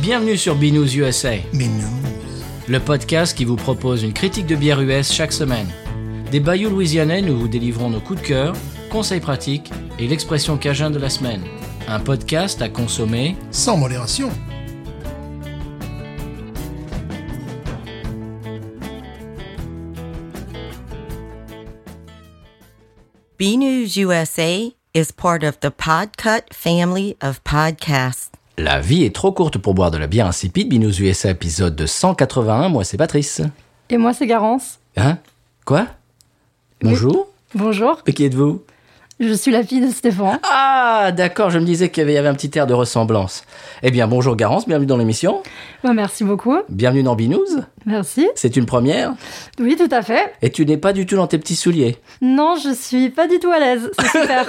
Bienvenue sur Binous USA, Binous. le podcast qui vous propose une critique de bière US chaque semaine. Des bayous louisianais, nous vous délivrons nos coups de cœur, conseils pratiques et l'expression cajun de la semaine. Un podcast à consommer Sans modération. BNews USA is part of the Podcut family of podcasts. La vie est trop courte pour boire de la bière insipide. Binous USA épisode 181. Moi, c'est Patrice. Et moi, c'est Garance. Hein? Quoi? Bonjour? Bonjour, Et qui êtes-vous? je suis la fille de Stéphane. Ah, d'accord, je me disais qu'il y avait un petit air de ressemblance. Eh bien, bonjour Garance, bienvenue dans l'émission. Merci beaucoup. Bienvenue dans Binous. Merci. C'est une première. Oui, tout à fait. Et tu n'es pas du tout dans tes petits souliers. Non, je suis pas du tout à l'aise. C'est super.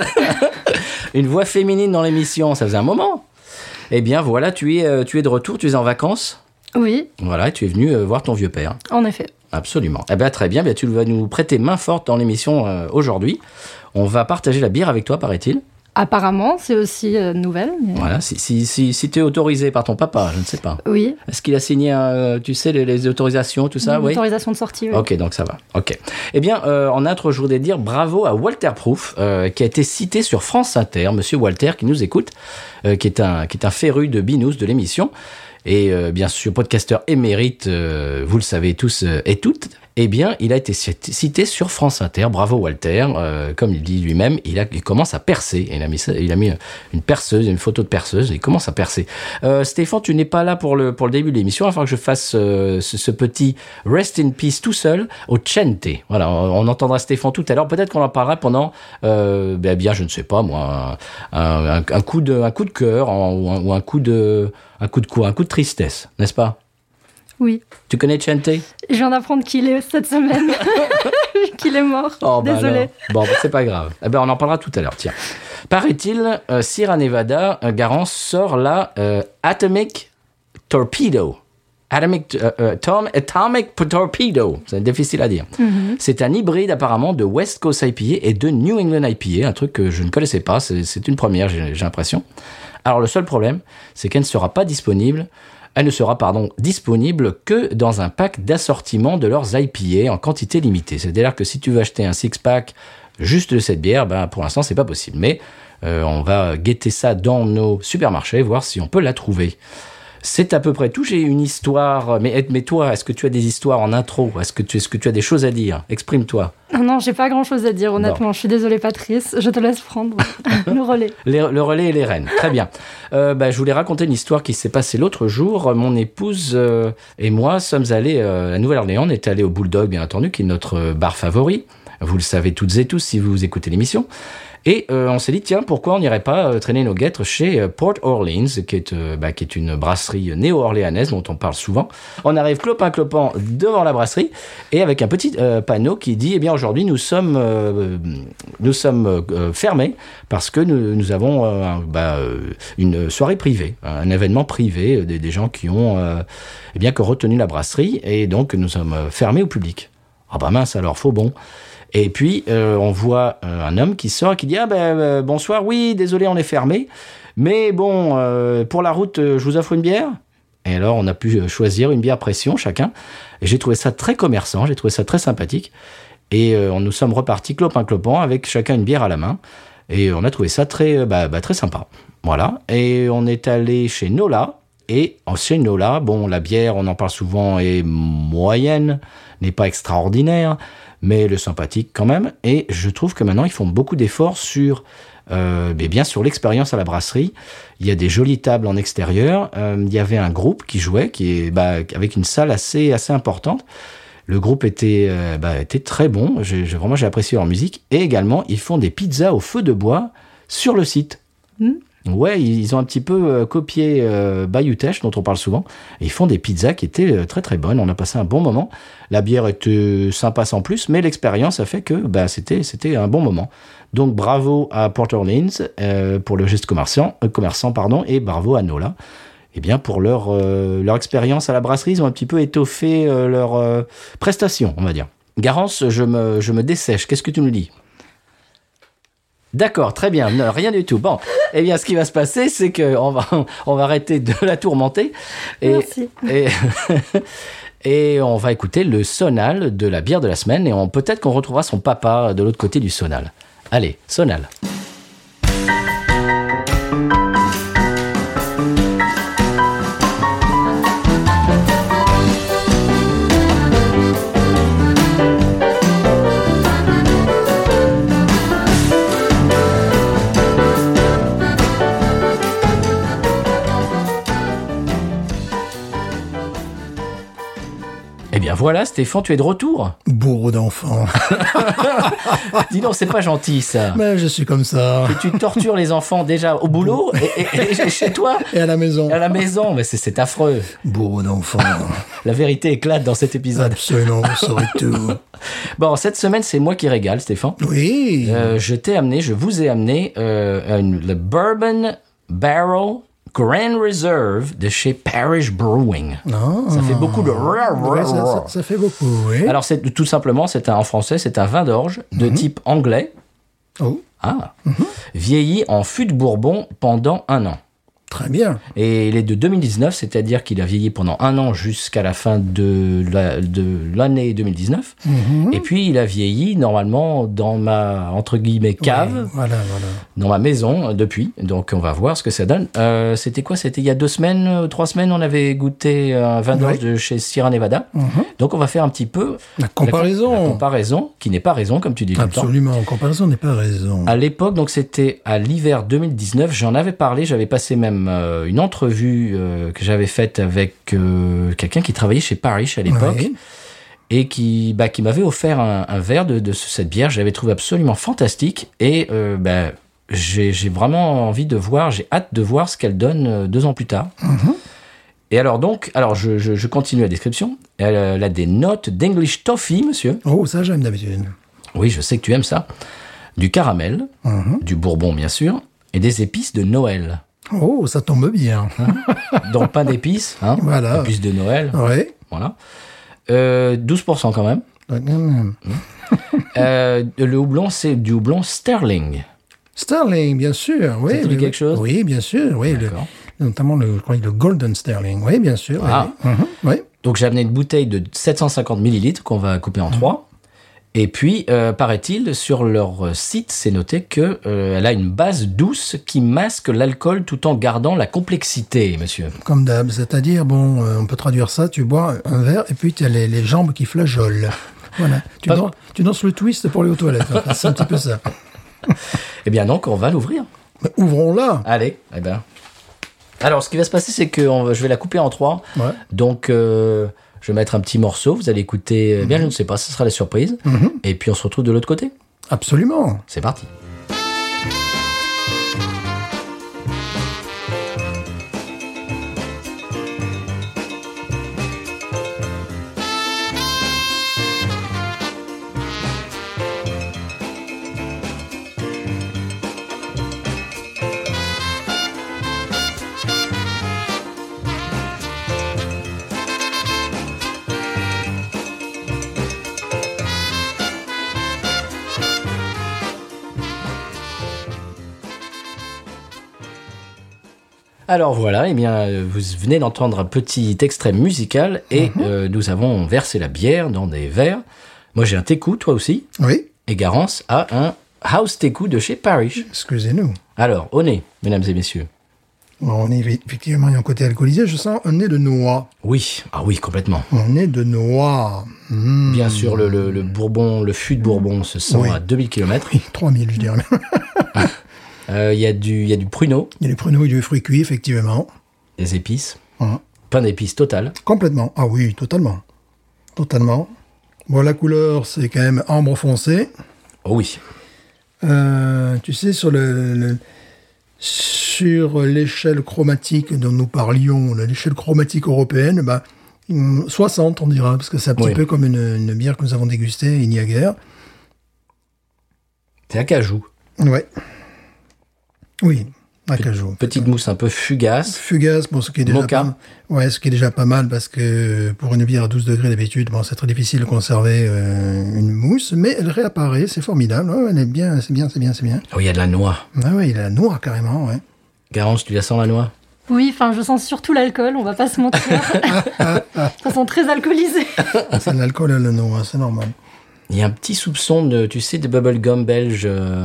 Une voix féminine dans l'émission, ça faisait un moment. Eh bien, voilà, tu es de retour, tu es en vacances. Oui, Voilà, et tu es venu voir ton vieux père. en effet. Absolument. Eh bien, très bien, tu vas nous prêter main forte dans l'émission aujourd'hui. On va partager la bière avec toi, paraît-il. Apparemment, c'est aussi une nouvelle. Mais... Voilà, si tu es autorisé par ton papa, je ne sais pas. Oui, Est-ce qu'il a signé, tu sais, les autorisations, tout ça, une oui? autorisation de sortie. Oui. Ok, donc ça va. Ok. Eh bien, en intro, je voudrais dire bravo à Walter Proof, qui a été cité sur France Inter. Monsieur Walter, qui nous écoute, qui est un féru de Binous, de l'émission, et bien sûr podcasteur émérite, vous le savez tous et toutes. Eh bien, il a été cité sur France Inter. Bravo Walter. Comme il dit lui-même, il commence à percer. Il a mis une perceuse, une photo de perceuse. Et il commence à percer. Stéphane, tu n'es pas là pour le début de l'émission. Il va falloir que je fasse ce petit rest in peace tout seul au Chente. Voilà, on entendra Stéphane tout à l'heure. Peut-être qu'on en parlera pendant, bien, je ne sais pas moi, un coup de cœur ou un coup de quoi, un coup de tristesse, n'est-ce pas? Oui. Tu connais Chente? Je viens d'apprendre qu'il est cette semaine. Qu'il est mort. Oh, bah Désolée. alors. Bon, c'est pas grave. Eh ben, on en parlera tout à l'heure. Tiens. Paraît-il, Sierra Nevada, Garance sort la Atomic Torpedo. Atomic Torpedo. C'est difficile à dire. Mm-hmm. C'est un hybride apparemment de West Coast IPA et de New England IPA, un truc que je ne connaissais pas. C'est une première, j'ai l'impression. Alors, le seul problème, c'est qu'elle ne sera pas disponible. Elle ne sera, disponible que dans un pack d'assortiment de leurs IPA en quantité limitée. C'est-à-dire que si tu veux acheter un six-pack juste de cette bière, pour l'instant, c'est pas possible. Mais on va guetter ça dans nos supermarchés, voir si on peut la trouver. C'est à peu près tout. J'ai une histoire. Mais toi, est-ce que tu as des histoires en intro? Est-ce que tu as des choses à dire? Exprime-toi. Non, j'ai pas grand-chose à dire, honnêtement. Bon. Je suis désolée, Patrice. Je te laisse prendre le relais. Le relais et les rênes. Très bien. Je voulais raconter une histoire qui s'est passée l'autre jour. Mon épouse et moi sommes allés à Nouvelle-Orléans. On est allés au Bulldog, bien entendu, qui est notre bar favori. Vous le savez toutes et tous si vous écoutez l'émission. Et on s'est dit, tiens, pourquoi on n'irait pas traîner nos guêtres chez Port Orleans, qui est une brasserie néo-orléanaise dont on parle souvent. On arrive clopin-clopant devant la brasserie et avec un petit panneau qui dit, eh bien, aujourd'hui, nous sommes fermés parce que nous avons une soirée privée, un événement privé, des gens qui ont retenu la brasserie et donc nous sommes fermés au public. Ah bah mince, alors, faux bon. Et puis, on voit un homme qui sort et qui dit « Ah bonsoir, oui, désolé, on est fermé. Mais bon, pour la route, je vous offre une bière ?» Et alors, on a pu choisir une bière pression, chacun. Et j'ai trouvé ça très commerçant, j'ai trouvé ça très sympathique. Et nous sommes repartis clopin-clopant avec chacun une bière à la main. Et on a trouvé ça très sympa. Voilà. Et on est allé chez Nola. Et chez Nola, la bière, on en parle souvent, est moyenne, n'est pas extraordinaire, mais elle est sympathique quand même. Et je trouve que maintenant, ils font beaucoup d'efforts sur l'expérience à la brasserie. Il y a des jolies tables en extérieur. Il y avait un groupe qui jouait, avec une salle assez importante. Le groupe était très bon. J'ai apprécié leur musique. Et également, ils font des pizzas au feu de bois sur le site. Ouais, ils ont un petit peu copié Bayou Teche, dont on parle souvent. Et ils font des pizzas qui étaient très très bonnes. On a passé un bon moment. La bière était sympa sans plus, mais l'expérience a fait que c'était un bon moment. Donc bravo à Port Orleans pour le geste commerçant, et bravo à Nola. Eh bien, pour leur expérience à la brasserie, ils ont un petit peu étoffé leur prestation, on va dire. Garance, je me dessèche. Qu'est-ce que tu nous dis ? D'accord, très bien. Non, rien du tout. Bon, eh bien, ce qui va se passer, c'est qu'on on va arrêter de la tourmenter. Merci. Et on va écouter le sonal de la bière de la semaine. Et peut-être qu'on retrouvera son papa de l'autre côté du sonal. Allez, sonal. Eh bien voilà, Stéphane, tu es de retour. Bourreau d'enfants. Dis donc, c'est pas gentil ça. Mais je suis comme ça. Et tu tortures les enfants déjà au boulot et chez toi Et à la maison. à la maison. Mais c'est affreux. Bourreau d'enfants. La vérité éclate dans cet épisode. Absolument, vous saurez tout. Bon, cette semaine, c'est moi qui régale, Stéphane. Oui. Je vous ai amené le Bourbon Barrel Grand Reserve de chez Parish Brewing. Ça fait beaucoup de... Ouais, ça fait beaucoup, oui. Alors, tout simplement, en français, c'est un vin d'orge de type anglais. Oh, Vieilli en fût de Bourbon pendant 1 an. très bien. Et il est de 2019, c'est-à-dire qu'il a vieilli pendant 1 an jusqu'à la fin de l'année 2019. Et puis, il a vieilli normalement dans ma, entre guillemets, cave, Oui, voilà. dans ma maison depuis. Donc, on va voir ce que ça donne. C'était quoi? C'était il y a 2 semaines, 3 semaines, on avait goûté un vin d'orge de chez Sierra Nevada. Donc, on va faire un petit peu La comparaison. la comparaison, qui n'est pas raison, comme tu dis tout le temps. Absolument, comparaison n'est pas raison. À l'époque, donc c'était à l'hiver 2019, j'en avais parlé, j'avais passé même une entrevue que j'avais faite avec quelqu'un qui travaillait chez Parish à l'époque Oui. et qui m'avait offert un verre de cette bière. Je l'avais trouvé absolument fantastique et j'ai vraiment envie de voir, j'ai hâte de voir ce qu'elle donne 2 ans plus tard. Et alors je continue la description. Elle a des notes d'English Toffee, monsieur. Oh, ça j'aime d'habitude. Oui, je sais que tu aimes ça. Du caramel, du bourbon bien sûr, et des épices de Noël. Oh, ça tombe bien. Donc pain d'épices, hein, Voilà. épices de Noël, Oui. voilà. 12% quand même. Le houblon, c'est du houblon Sterling. Sterling, bien sûr. Oui, Ça te dit quelque chose? Oui, bien sûr. Oui, D'accord. notamment le Golden Sterling. Oui, bien sûr. Ah. Oui. Oui. Donc j'ai amené une bouteille de 750 millilitres qu'on va couper en 3. Et puis, paraît-il, sur leur site, c'est noté que elle a une base douce qui masque l'alcool tout en gardant la complexité, monsieur. Comme d'hab, c'est-à-dire, bon, on peut traduire ça, tu bois un verre et puis tu as les jambes qui flageolent. Voilà. Tu danses le twist pour aller aux toilettes. Enfin, c'est un petit peu ça. Eh bien donc, on va l'ouvrir. Mais ouvrons-la. Allez, eh ben. Alors, ce qui va se passer, c'est que je vais la couper en 3. Ouais. Donc, je vais mettre un petit morceau. Vous allez écouter. Bien, je ne sais pas, ce sera la surprise. Et puis, on se retrouve de l'autre côté. Absolument. C'est parti. Alors voilà, eh bien, vous venez d'entendre un petit extrait musical et nous avons versé la bière dans des verres. Moi, j'ai un Teku, toi aussi. Oui. Et Garance a un House Teku de chez Parish. Excusez-nous. Alors, au nez, mesdames et messieurs. Bon, on est effectivement un côté alcoolisé. Je sens un nez de noix. Oui, ah oui, complètement. Un nez de noix. Bien sûr, le bourbon, le fût de bourbon se sent Oui. à 2000 km. Oui, 3000, je dirais. Il y a du pruneau, Il y a du pruneau et du fruit cuit, effectivement. des épices, Hein. pain d'épices total. Complètement. Ah oui, totalement. Totalement. Bon, la couleur, c'est quand même ambre foncé. Oh oui. Tu sais, sur l'échelle chromatique dont nous parlions, l'échelle chromatique européenne, 60, on dira, parce que c'est un petit Oui. peu comme une bière que nous avons dégustée il n'y a guère. C'est un cajou. Ouais. Oui. Acajou. Petite mousse un peu fugace. Fugace, bon, ce qui est déjà Mocha. ce qui est déjà pas mal parce que pour une bière à 12 degrés d'habitude, bon, c'est très difficile de conserver une mousse, mais elle réapparaît, c'est formidable. Ouais, elle est bien, c'est bien. Oh, il y a de la noix. Ah ouais, il a la noix carrément, ouais. Garance, tu la sens la noix? Oui, enfin, je sens surtout l'alcool, on va pas se mentir. Ça sent très alcoolisé. C'est de l'alcool et la noix, c'est normal. Il y a un petit soupçon de, tu sais, de bubblegum belge.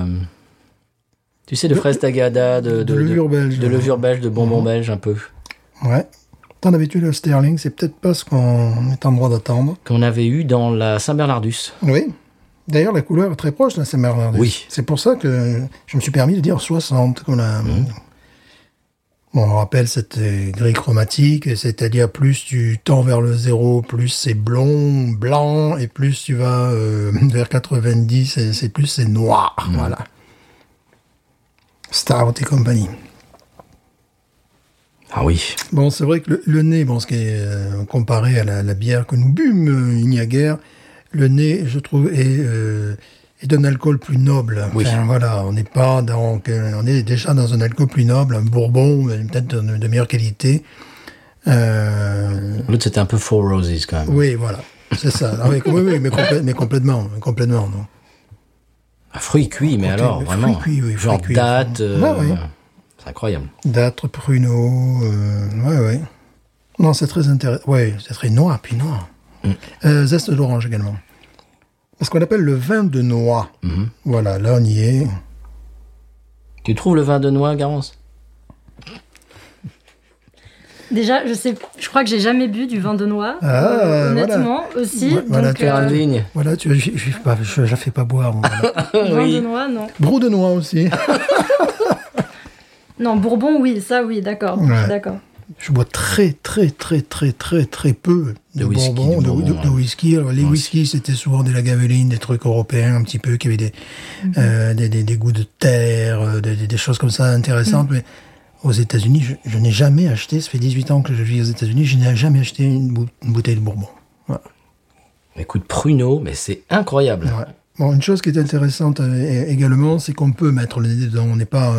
Tu sais, de fraise tagada, de levure belge. De levure belge, de bonbons belges, un peu. Ouais. Tant d'habitude, le Sterling, c'est peut-être pas ce qu'on est en droit d'attendre. Qu'on avait eu dans la Saint-Bernardus. Oui. D'ailleurs, la couleur est très proche de la Saint-Bernardus. Oui. C'est pour ça que je me suis permis de dire 60. Qu'on a... Bon, on rappelle cette grille chromatique, c'est-à-dire plus tu tends vers le 0, plus c'est blond, blanc, et plus tu vas vers 90, c'est plus c'est noir. Voilà. Stout et compagnie. Ah oui. Bon, c'est vrai que le nez, bon, ce qui est comparé à la bière que nous bûmes il n'y a guère, le nez, je trouve, est d'un alcool plus noble. Oui. Enfin, voilà, on n'est pas dans, on est déjà dans un alcool plus noble, un bourbon, peut-être de meilleure qualité. L'autre, c'était un peu Four Roses, quand même. Oui, voilà, c'est ça. Ah oui, mais complètement, non. Un fruit cuit, mais alors, fruit vraiment. cuit, oui, genre fruit cuit, date. ouais. C'est incroyable. D'âtre, pruneau, ouais. Non, c'est très intéressant. Ouais, c'est très noir, puis noir. Zeste d'orange également. Ce qu'on appelle le vin de noix. Voilà, là on y est. Tu trouves le vin de noix, Garance? Déjà, je crois que j'ai jamais bu du vin de noix. Ah, honnêtement, aussi. Voilà, donc, tu as Indigne. Voilà, je la fais pas boire. Voilà. vin Oui. de noix, non. Brou de noix aussi. Non, Bourbon, oui, ça, oui, d'accord. Ouais. Je suis d'accord. Je bois très peu de whisky, bourbon, du bourbon, de whisky. Alors, les whiskies, c'était souvent des Lagavulin, des trucs européens un petit peu, qui avaient des goûts de terre, des choses comme ça intéressantes. Mais aux États-Unis, je n'ai jamais acheté, ça fait 18 ans que je vis aux États-Unis, je n'ai jamais acheté une bouteille de bourbon. Voilà. Écoute, pruneau, mais c'est incroyable. Ouais. Bon, une chose qui est intéressante également, c'est qu'on peut mettre le nez dedans.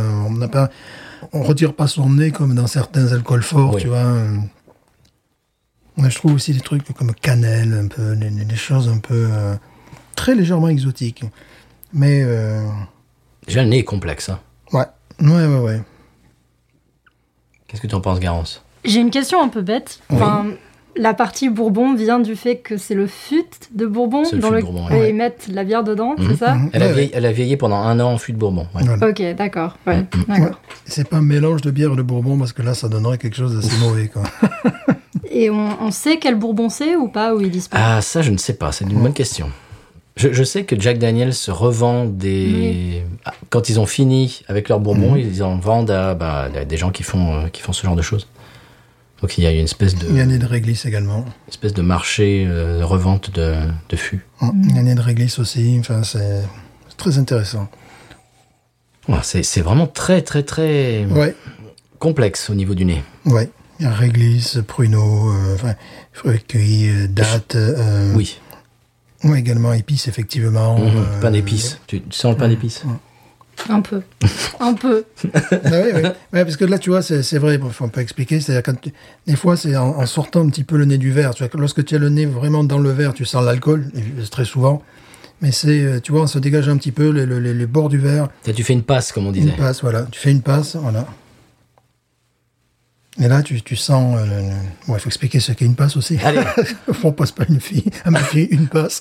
On retire pas son nez comme dans certains alcools forts, Oui. tu vois. Moi, je trouve aussi des trucs comme cannelle, un peu, des choses un peu très légèrement exotiques. Mais Déjà, le nez est complexe. Hein. ouais. Qu'est-ce que tu en penses, Garance? J'ai une question un peu bête. Enfin, la partie Bourbon vient du fait que c'est le fût de Bourbon C'est le dans fût de lequel Bourbon, ils mettent la bière dedans, c'est ça? Elle a vieilli pendant 1 an en fût de Bourbon. Ouais. Voilà. Ok, d'accord. Ouais, Ouais. d'accord. C'est pas un mélange de bière et de bourbon parce que là, ça donnerait quelque chose d'assez mauvais, quoi. Et on sait quel Bourbon c'est ou pas, ou ils disent pas? Ah, ça, je ne sais pas. C'est une bonne question. Je sais que Jack Daniels se revend des... Ah, quand ils ont fini avec leur Bourbon, ils en vendent à des gens qui font ce genre de choses. Donc il y a une espèce Il y a un nez de réglisse également. marché de revente de fûts. Il y a un nez de réglisse aussi. Enfin, c'est très intéressant. Ouais, c'est vraiment très, très, très Ouais. complexe au niveau du nez. Ouais. Il y a réglisse, pruneau, fruits cuits, dattes. Oui. Ouais, également épices, effectivement. Pain d'épices. Tu sens le pain d'épices? Un peu. Un peu. Oui. Ouais, parce que là, tu vois, c'est vrai, on peut expliquer. C'est-à-dire des fois, c'est en sortant un petit peu le nez du verre. Tu vois, lorsque tu as le nez vraiment dans le verre, tu sens l'alcool, très souvent. Mais c'est, tu vois, on se dégage un petit peu les bords du verre. Tu fais une passe, comme on disait. Une passe, voilà. Tu fais une passe, voilà. Et là, tu sens... il faut expliquer ce qu'est une passe aussi. Allez. On passe pas une fille. À ma fille, une passe.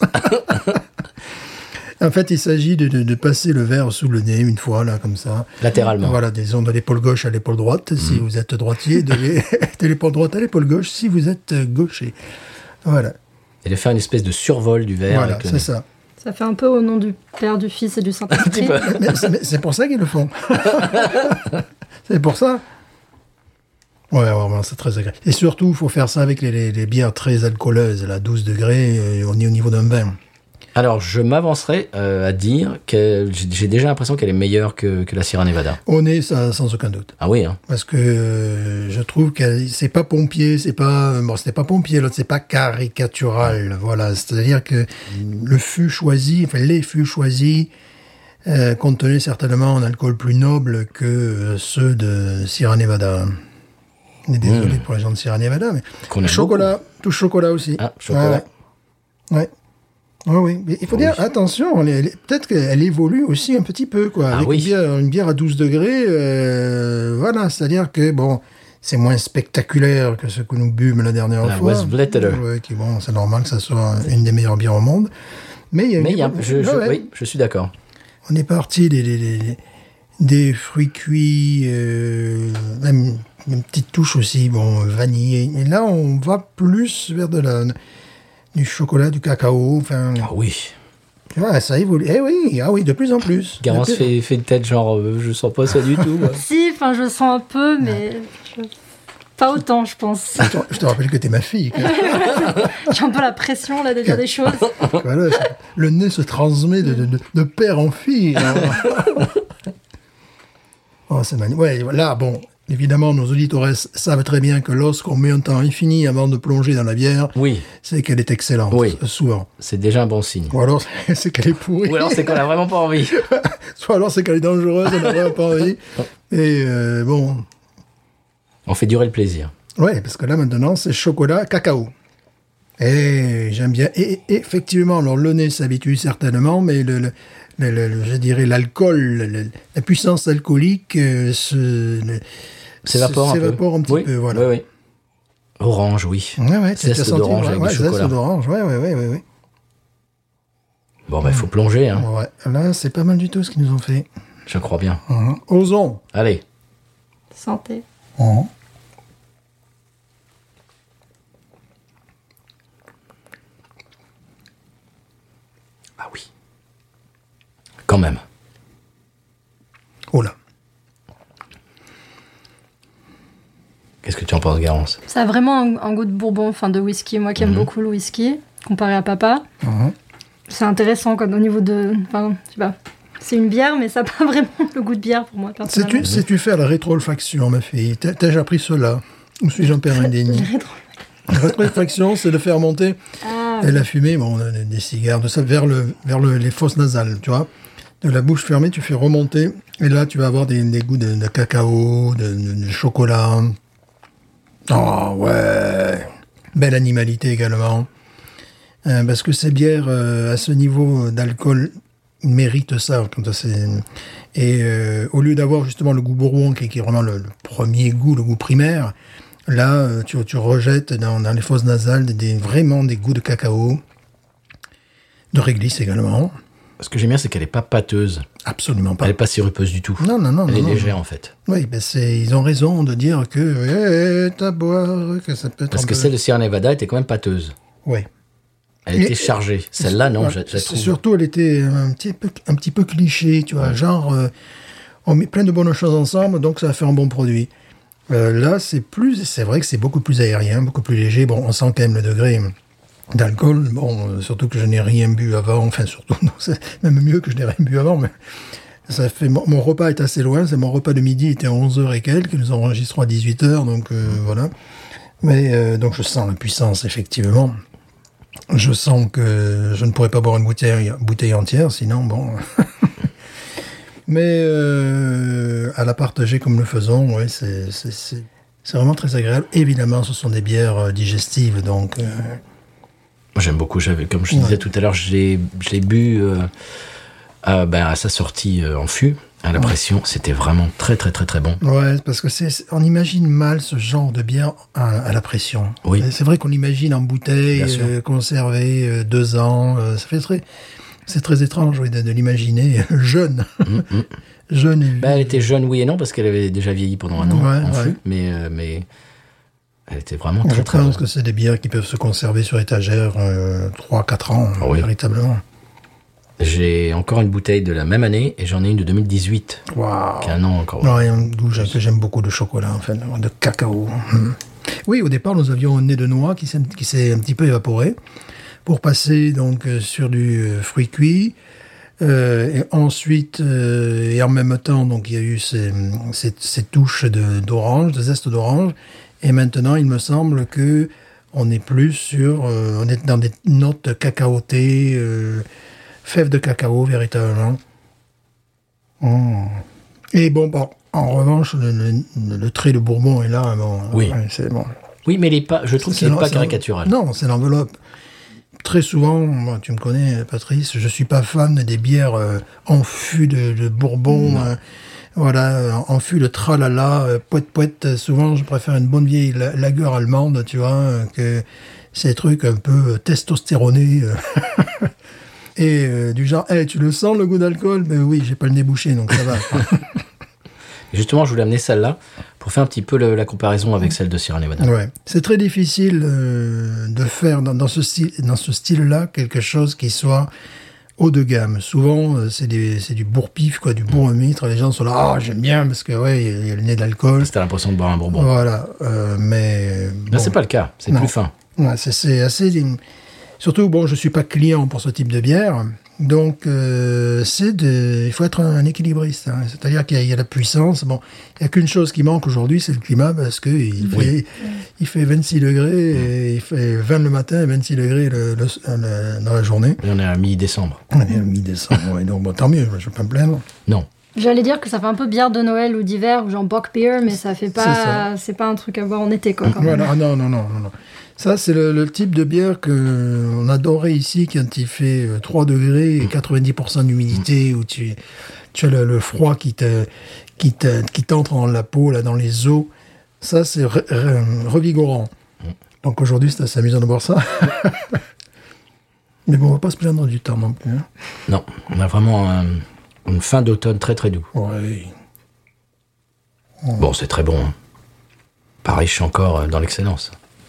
En fait, il s'agit de passer le verre sous le nez, une fois, là, comme ça. Latéralement. Voilà, disons de l'épaule gauche à l'épaule droite, si vous êtes droitier, de l'épaule droite à l'épaule gauche, si vous êtes gaucher. Voilà. Et de faire une espèce de survol du verre. Voilà, avec le c'est nez. ça. Ça fait un peu au nom du Père, du Fils et du Saint-Esprit. Mais c'est pour ça qu'ils le font. C'est pour ça. Ouais, vraiment, c'est très agréable. Et surtout, il faut faire ça avec les bières très alcooleuses, là, 12 degrés, on est au niveau d'un vin. Alors, je m'avancerai à dire que j'ai déjà l'impression qu'elle est meilleure que la Sierra Nevada. On est ça, sans aucun doute. Ah oui, hein. Parce que je trouve que c'est pas pompier, c'était pas pompier, l'autre, c'est pas caricatural. Voilà. C'est-à-dire que le fût choisi, enfin, les fûts choisis, contenaient certainement un alcool plus noble que ceux de Sierra Nevada. On est désolé pour les gens de Sierra Nevada, mais Qu'on aime chocolat, tout chocolat aussi. Ah, chocolat. Ouais. Oui. Mais il faut dire, attention, peut-être qu'elle évolue aussi un petit peu, quoi. Ah Avec oui. une bière à 12 degrés, voilà, c'est-à-dire que, bon, c'est moins spectaculaire que ce que nous bûmes la dernière La fois. Westvletter. Ouais, qui, bon, c'est normal que ça soit une des meilleures bières au monde. Mais il y a une... Mais il y a un peu- oui, je suis d'accord. On est parti des fruits cuits, même une petite touche aussi, bon, vanille. Et là, on va plus vers du chocolat, du cacao, enfin... Ah oui. Tu vois, ça évolue. Oui, de plus en plus. Garance De plus- fait une tête genre, je sens pas ça du tout. moi. Si, enfin, je sens un peu, mais pas autant, je pense. Je te rappelle que t'es ma fille. J'ai un peu la pression, là, de dire des choses. Voilà, le nez se transmet de père en fille. Oh, c'est magnifique. Ouais, là, bon, évidemment, nos auditeurs savent très bien que lorsqu'on met un temps infini avant de plonger dans la bière, Oui, c'est qu'elle est excellente, Oui. souvent. c'est déjà un bon signe. Ou alors, c'est qu'elle est pourrie. Ou alors c'est qu'on a vraiment pas envie. Soit alors, c'est qu'elle est dangereuse, on n'a vraiment pas envie. Et bon, On fait durer le plaisir. ouais, parce que là, maintenant, c'est chocolat, cacao. Et j'aime bien. Et effectivement, alors le nez s'habitue certainement, mais je dirais l'alcool, la puissance alcoolique S'évapore un petit oui, peu, voilà. Oui. Orange, oui. Ouais, Zeste tu as senti, d'orange avec du zeste chocolat. d'orange, ouais. Bon, il faut plonger, hein. Ouais, là, c'est pas mal du tout ce qu'ils nous ont fait. Je crois bien. Osons. Allez. Santé. Ah oui. Quand même. Oh là. Qu'est-ce que tu en penses, Garance? Ça a vraiment un goût de bourbon, enfin de whisky. Moi qui aime beaucoup le whisky, comparé à papa. C'est intéressant, comme au niveau de... Enfin, je sais pas. C'est une bière, mais ça n'a pas vraiment le goût de bière pour moi, personnellement. Sais-tu faire la rétro-olfaction, ma fille? T'as déjà appris cela? Ou suis-je un père indigne? La rétro-olfaction, c'est de faire monter la fumée, bon, des cigares, de ça, vers les fosses nasales, tu vois. De la bouche fermée, tu fais remonter, et là, tu vas avoir des goûts de cacao, de chocolat. Oh, ouais. Belle animalité également. Parce que ces bières, à ce niveau d'alcool, méritent ça. Et au lieu d'avoir justement le goût bourbon, qui est vraiment le premier goût, le goût primaire, là, tu rejettes dans les fosses nasales vraiment des goûts de cacao, de réglisse également. Ce que j'aime bien, c'est qu'elle n'est pas pâteuse. Absolument pas. Elle n'est pas sirupeuse du tout. Non. Elle est non. légère, en fait. Oui, ben ils ont raison de dire que à boire, que ça peut être Parce un que peu... celle de Sierra Nevada était quand même pâteuse. Oui. Elle était chargée. Celle-là, non, je la trouve. Surtout, elle était un petit peu cliché, tu vois, genre, on met plein de bonnes choses ensemble, donc ça va faire un bon produit. Là, c'est vrai que c'est beaucoup plus aérien, beaucoup plus léger. Bon, on sent quand même le degré d'alcool. Bon, surtout que je n'ai rien bu avant. Enfin, surtout, non, c'est même mieux que je n'ai rien bu avant, mais ça fait, mon repas est assez loin. C'est mon repas de midi était à 11h et quelques. Nous enregistrons à 18h, donc voilà. Mais donc je sens la puissance, effectivement. Je sens que je ne pourrais pas boire une bouteille entière, sinon, bon... Mais à la partager comme nous le faisons, ouais, c'est vraiment très agréable. Évidemment, ce sont des bières digestives, donc... Moi, j'aime beaucoup. Comme je disais tout à l'heure, je l'ai bu à sa sortie en fût, à la pression. C'était vraiment très, très, très, très bon. Ouais, parce que on imagine mal ce genre de bière à la pression. Oui. C'est vrai qu'on l'imagine en bouteille, conservée 2 ans. C'est très étrange, oui, de l'imaginer jeune. Jeune et... Elle était jeune, oui et non, parce qu'elle avait déjà vieilli pendant un an en fût. Mais elle était vraiment très, très bonne. Je pense que c'est des bières qui peuvent se conserver sur étagère 3-4 ans, véritablement. J'ai encore une bouteille de la même année et j'en ai une de 2018. Waouh. Qui a un an encore. Non, et un goût que j'aime beaucoup de chocolat, enfin, de cacao. Oui, au départ, nous avions un nez de noix qui s'est un petit peu évaporé pour passer donc sur du fruit cuit. Et ensuite, et en même temps, donc il y a eu ces touches d'orange, de zeste d'orange. Et maintenant, il me semble que on est plus on est dans des notes cacaotées, fèves de cacao véritablement. Et bon, en revanche, le trait de Bourbon est là. Bon, Oui. ouais, c'est bon. Oui, mais je trouve qu'il n'est pas caricatural. Non, c'est l'enveloppe. Très souvent, moi, tu me connais, Patrice, je suis pas fan des bières en fût de Bourbon, en fût de tralala, poète. Souvent, je préfère une bonne vieille lager allemande, tu vois, que ces trucs un peu testostéronés. Et du genre, tu le sens le goût d'alcool? Ben oui, j'ai pas le nez bouché, donc ça va. Justement, je voulais amener celle-là pour faire un petit peu la comparaison avec celle de Sierra Nevada. Ouais. C'est très difficile de faire dans ce style-là quelque chose qui soit haut de gamme. Souvent, c'est du bourre-pif, quoi, du bourre-mitre. Les gens sont là, ah, j'aime bien parce que il y a le nez d'alcool. T'as l'impression de boire un Bourbon. Voilà, mais Là, c'est pas le cas. C'est plus fin. Ouais, c'est assez. Surtout, je suis pas client pour ce type de bière. Donc, il faut être un équilibriste. Hein. C'est-à-dire qu'il y a la puissance. Bon, il n'y a qu'une chose qui manque aujourd'hui, c'est le climat, parce que il fait 26 degrés, et il fait 20 le matin et 26 degrés dans la journée. Et on est à mi-décembre. On est à mi-décembre, donc tant mieux, je ne vais pas me plaindre. Non. J'allais dire que ça fait un peu bière de Noël ou d'hiver, ou genre bock beer, mais ça fait pas, c'est pas un truc à boire en été, quoi. Quand même. Voilà, non. Ça, c'est le type de bière qu'on adorait ici quand il fait 3 degrés et 90% d'humidité, où tu as le froid qui t'entre dans la peau, là, dans les os. Ça, c'est revigorant. Donc aujourd'hui, c'est assez amusant de boire ça. Mais bon, on va pas se plaindre du temps non plus. Hein. Non, on a vraiment une fin d'automne très très doux. Oui. Bon, c'est très bon. Hein. Pareil, je suis encore dans l'excellence.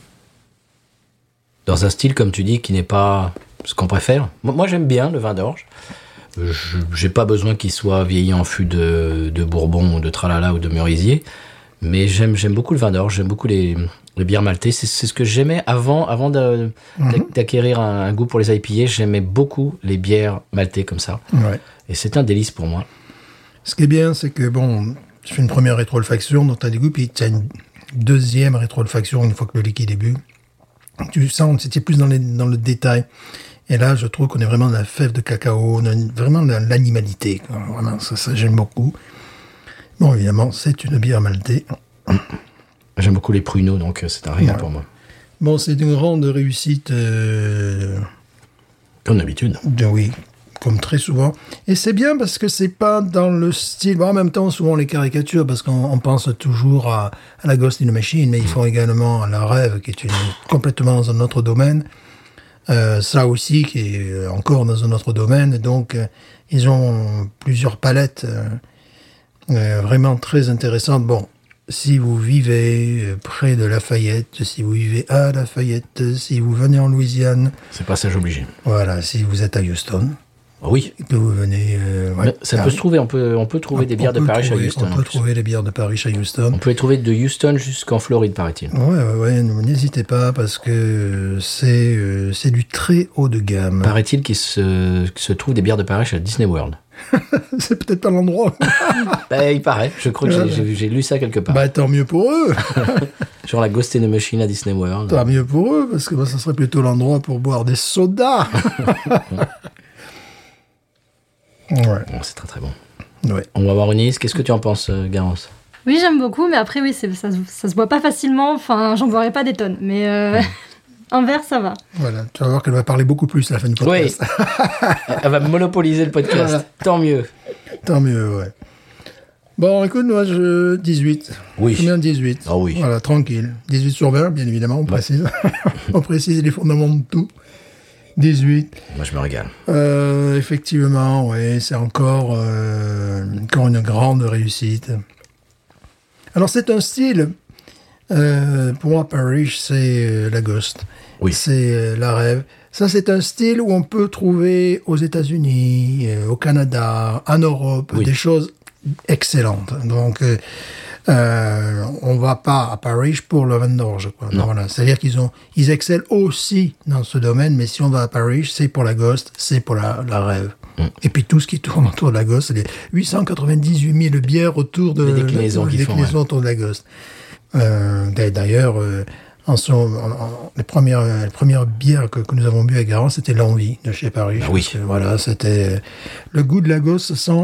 Dans un style, comme tu dis, qui n'est pas ce qu'on préfère. Moi, j'aime bien le vin d'orge. J'ai pas besoin qu'il soit vieilli en fût de Bourbon, ou de Tralala ou de Merisier. Mais j'aime beaucoup le vin d'orge, j'aime beaucoup les bières maltées. C'est ce que j'aimais avant d'acquérir un goût pour les IPA. J'aimais beaucoup les bières maltées comme ça. Ouais. Et c'est un délice pour moi. Ce qui est bien, c'est que, tu fais une première rétro-olfaction, donc tu as des goûts, puis tu as une deuxième rétro-olfaction une fois que le liquide est bu. Tu sens, c'était plus dans le détail. Et là, je trouve qu'on est vraiment dans la fève de cacao, on a vraiment dans l'animalité. Vraiment, ça j'aime beaucoup. Bon, évidemment, c'est une bière maltée. J'aime beaucoup les pruneaux, donc c'est un régal pour moi. Bon, c'est une grande réussite. Comme d'habitude. Oui, comme très souvent. Et c'est bien parce que c'est pas dans le style... en même temps, souvent les caricatures, parce qu'on pense toujours à la Ghost in the Machine, mais ils font également à la Rêve, qui est complètement dans un autre domaine. Ça aussi, qui est encore dans un autre domaine. Donc, ils ont plusieurs palettes vraiment très intéressantes. Bon, si vous vivez près de Lafayette, si vous vivez à Lafayette, si vous venez en Louisiane... C'est passage obligé. Voilà, si vous êtes à Houston... Oui. Que vous venez... ça peut se trouver, on peut trouver des bières de Parrish à Houston. On peut trouver les bières de Parrish à Houston. On peut les trouver de Houston jusqu'en Floride, paraît-il. Ouais, n'hésitez pas, parce que c'est du très haut de gamme. Paraît-il qu'il se trouve des bières de Parrish à Disney World. C'est peut-être pas l'endroit. Il paraît, je crois que j'ai lu ça quelque part. Tant mieux pour eux. Genre la Ghost in the Machine à Disney World. Tant mieux pour eux, parce que ça serait plutôt l'endroit pour boire des sodas. Ouais. Bon, c'est très très bon. Ouais. On va voir Eunice. Qu'est-ce que tu en penses, Garance? Oui, j'aime beaucoup, mais après, oui, ça se boit pas facilement. Enfin, j'en boirais pas des tonnes. Mais un verre, ça va. Voilà, tu vas voir qu'elle va parler beaucoup plus à la fin du podcast. Oui. Elle va monopoliser le podcast. Voilà. Tant mieux. Tant mieux, ouais. Bon, écoute, moi, 18. Oui. Combien 18? Ah oui. Voilà, tranquille. 18 sur 20, bien évidemment, on précise. On précise les fondements de tout. 18. Moi, je me régale. Effectivement, oui, c'est encore une grande réussite. Alors, c'est un style. Pour moi, Parrish, c'est la Ghost. Oui. C'est la Rêve. Ça, c'est un style où on peut trouver aux États-Unis, au Canada, en Europe, des choses excellentes. Donc, on va pas à Parrish pour le vin d'orge, quoi. Voilà. C'est-à-dire ils excellent aussi dans ce domaine, mais si on va à Parrish, c'est pour la Ghost, c'est pour la Rêve. Et puis tout ce qui tourne autour de la Ghost, c'est les 898 000 bières autour de les déclinaisons autour de la Ghost. D'ailleurs, les premières bières que nous avons bu à Garance, c'était l'Envie de chez Parrish. Oui. Voilà, c'était le goût de la Ghost sans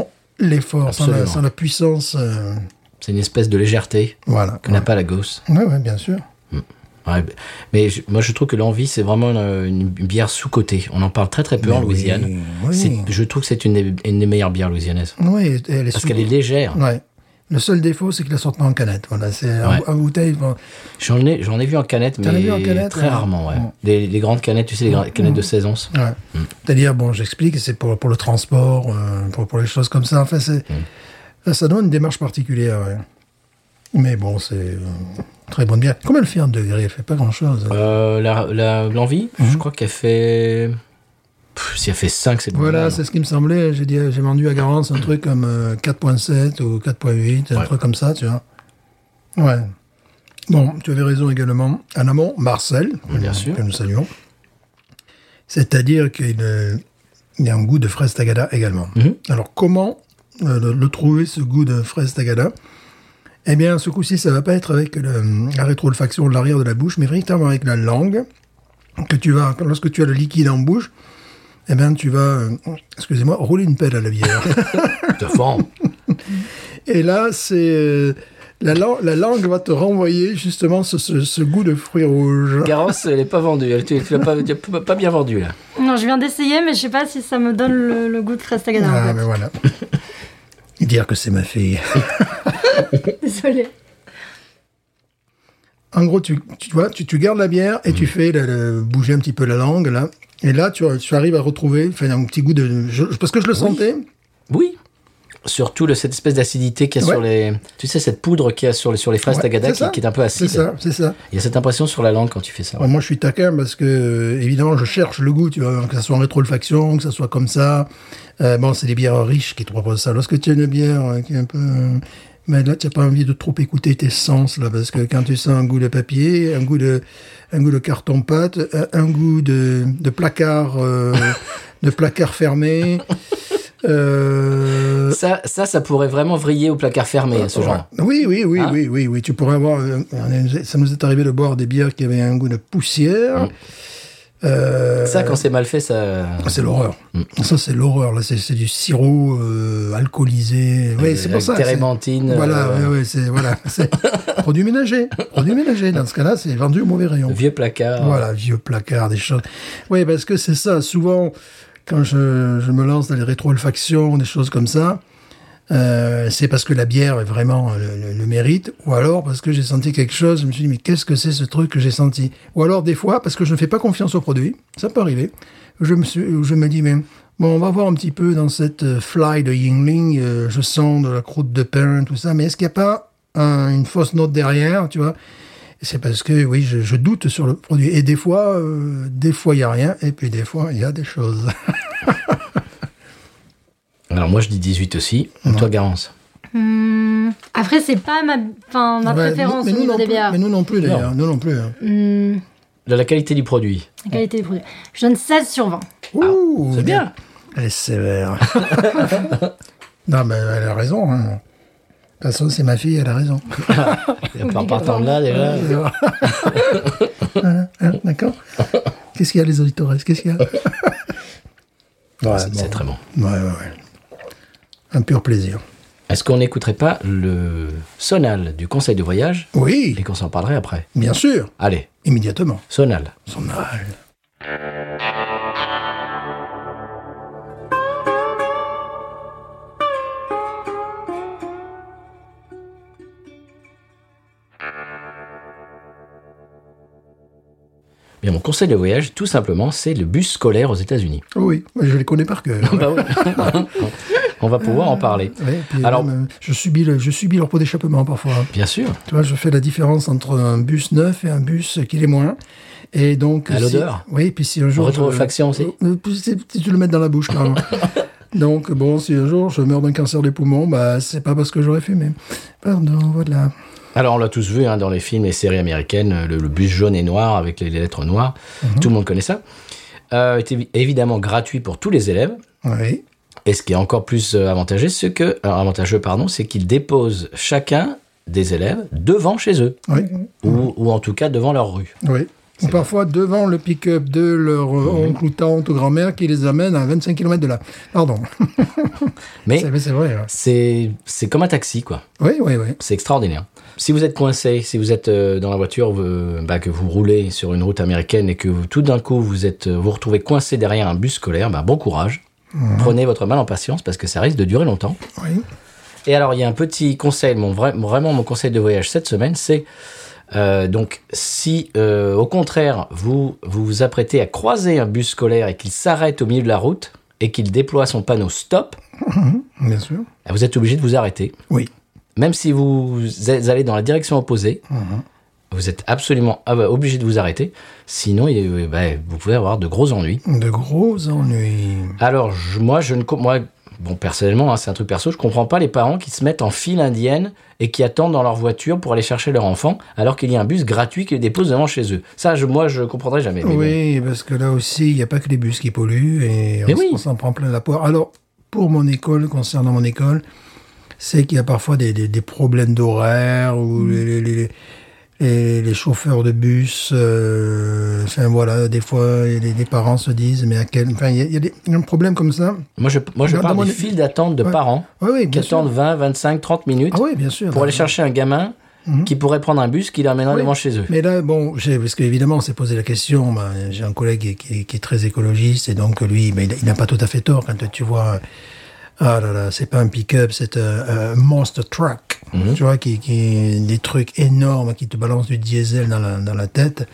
l'effort, sans la puissance. C'est une espèce de légèreté Voilà. que n'a pas la Gauss. Ouais, bien sûr. Ouais, mais moi je trouve que l'Envie c'est vraiment une bière sous-cotée. On en parle très très peu Mais en Louisiane. oui. Je trouve que c'est une des meilleures bières louisianaises. Oui, elle est Parce qu'elle est légère. Ouais. Le seul défaut, c'est qu'il la sorte pas en canette. Voilà, c'est en bouteille. Bon. J'en ai vu en canette, T'en as vu en mais canette, très ouais. rarement. Ouais. Les grandes canettes, tu sais, les canettes de 16 onces. Ouais. C'est-à-dire, bon, j'explique, c'est pour le transport, pour les choses comme ça. Enfin, ça donne une démarche particulière. Ouais. Mais bon, c'est très bonne bière. Combien elle fait en degrés? Elle fait pas grand-chose. L'Envie, je crois qu'elle fait... si elle fait 5, c'est bon. Voilà, c'est ce qui me semblait. J'ai vendu à Garance un truc comme 4.7 ou 4.8, un truc comme ça, tu vois. Ouais. Bon, tu avais raison également. En amont, Marcel, Bien sûr. que nous saluons. C'est-à-dire qu'il y a un goût de fraise tagada également. Alors, comment le trouver, ce goût de fraise tagada? Eh bien, ce coup-ci, ça va pas être avec la rétro-olfaction de l'arrière de la bouche, mais véritablement avec la langue, lorsque tu as le liquide en bouche, eh bien, tu vas, excusez-moi, rouler une pelle à la bière. De fond. Et là, c'est la langue va te renvoyer justement ce goût de fruits rouges. Garance, elle n'est pas vendue. Tu l'as pas bien vendue, là. Non, je viens d'essayer, mais je sais pas si ça me donne le goût de fraise tagada. Ah, en fait. mais voilà. Dire que c'est ma fille. Désolée. En gros, tu vois, tu gardes la bière et tu fais bouger un petit peu la langue, là. Et là, tu arrives à retrouver un petit goût parce que je le sentais. Oui. Surtout cette espèce d'acidité qu'il y a sur les... Tu sais, cette poudre qu'il y a sur les fraises tagada qui est un peu acide. C'est ça. Il y a cette impression sur la langue quand tu fais ça. Ouais, moi, je suis taquin parce que, évidemment, je cherche le goût, tu vois, que ça soit en rétro-olfaction, que ça soit comme ça. Bon, c'est des bières riches qui te proposent ça. Lorsque tu as une bière qui est un peu... mais là, tu n'as pas envie de trop écouter tes sens, là, parce que quand tu sens un goût de papier, un goût de carton-pâte, un goût de placard, de placard fermé... Ça pourrait vraiment vriller au placard fermé, ce genre. Oui. Tu pourrais avoir... ça nous est arrivé de boire des bières qui avaient un goût de poussière. Ça, quand c'est mal fait, ça... C'est l'horreur. Ça, c'est l'horreur. Là, c'est du sirop alcoolisé. Oui, c'est pour ça. Térébenthine. Voilà, c'est produit ménager. Produit ménager. Dans ce cas-là, c'est vendu au mauvais rayon. Vieux placard. Voilà, vieux placard, des choses. Oui, parce que c'est ça. Souvent... Quand je me lance dans les rétro-olfactions, des choses comme ça, c'est parce que la bière est vraiment le mérite, ou alors parce que j'ai senti quelque chose, je me suis dit, mais qu'est-ce que c'est ce truc que j'ai senti? Ou alors des fois, parce que je ne fais pas confiance au produit, ça peut arriver, je me dis, mais bon, on va voir un petit peu dans cette fly de Yuengling, je sens de la croûte de pain, tout ça, mais est-ce qu'il n'y a pas une fausse note derrière, tu vois? C'est parce que, oui, je doute sur le produit. Et des fois, il n'y a rien. Et puis, des fois, il y a des choses. Alors, moi, je dis 18 aussi. Toi, Garance? Après, c'est pas ma préférence au niveau des bières. Mais nous non plus, d'ailleurs. Nous non plus. Hein. De la qualité du produit. La qualité du produit. Je donne 16 sur 20. Ouh, c'est bien. Elle est sévère. Non, mais elle a raison. Hein. De toute façon, c'est ma fille, elle a raison. En partant de là, déjà. D'accord. Qu'est-ce qu'il y a, les auditeurs? Qu'est-ce qu'il y a? C'est très bon. Ouais. Un pur plaisir. Est-ce qu'on n'écouterait pas le sonal du conseil de voyage? Oui. Et qu'on s'en parlerait après? Bien sûr. Allez. Immédiatement. Sonal. Bien, mon conseil de voyage, tout simplement, c'est le bus scolaire aux États-Unis. Oui, je les connais par cœur. Bah oui. On va pouvoir en parler. Ouais, puis alors, même, je subis leur pot d'échappement parfois. Bien sûr. Tu vois, je fais la différence entre un bus neuf et un bus qui l'est moins. Et donc, à l'odeur. Oui, puis si un jour... Rétro-olfaction aussi. Si tu le mets dans la bouche, quand même. Donc, bon, si un jour je meurs d'un cancer des poumons, bah, c'est pas parce que j'aurais fumé. Pardon, voilà. Alors, on l'a tous vu dans les films et séries américaines, le bus jaune et noir avec les lettres noires. Tout le monde connaît ça. Est évidemment gratuit pour tous les élèves. Oui. Et ce qui est encore plus avantageux, c'est qu'ils déposent chacun des élèves devant chez eux. Oui. Ou en tout cas devant leur rue. Oui. Ou parfois devant le pick-up de leur oncle ou tante ou grand-mère qui les amène à 25 km de là. Pardon. Mais c'est vrai. Ouais. c'est comme un taxi, quoi. Oui. C'est extraordinaire. Si vous êtes coincé, si vous êtes dans la voiture, que vous roulez sur une route américaine et que tout d'un coup vous retrouvez coincé derrière un bus scolaire, bon courage. Prenez votre mal en patience parce que ça risque de durer longtemps. Oui. Et alors, il y a un petit conseil, vraiment mon conseil de voyage cette semaine, c'est donc si au contraire vous vous apprêtez à croiser un bus scolaire et qu'il s'arrête au milieu de la route et qu'il déploie son panneau stop, bien sûr, vous êtes obligé de vous arrêter. Oui. Même si vous allez dans la direction opposée, vous êtes absolument obligé de vous arrêter. Sinon, vous pouvez avoir de gros ennuis. De gros ennuis. Alors, moi, personnellement, c'est un truc perso, je comprends pas les parents qui se mettent en file indienne et qui attendent dans leur voiture pour aller chercher leur enfant, alors qu'il y a un bus gratuit qui les dépose devant chez eux. Ça, je comprendrai jamais. Oui, parce que là aussi, il n'y a pas que les bus qui polluent et on s'en prend plein la poire. Alors, pour mon école, concernant mon école, c'est qu'il y a parfois des problèmes d'horaire ou les chauffeurs de bus, des fois, les parents se disent, mais il y a un problème comme ça. Moi, je parle des files d'attente de parents qui attendent 20, 25, 30 minutes bien sûr, pour aller chercher un gamin qui pourrait prendre un bus qui l'emmènerait devant chez eux. Mais là, parce qu'évidemment, on s'est posé la question, j'ai un collègue qui est très écologiste, et donc lui, il n'a pas tout à fait tort quand tu vois... Ah là là, c'est pas un pick-up, c'est un monster truck, tu vois, qui des trucs énormes qui te balancent du diesel dans la tête.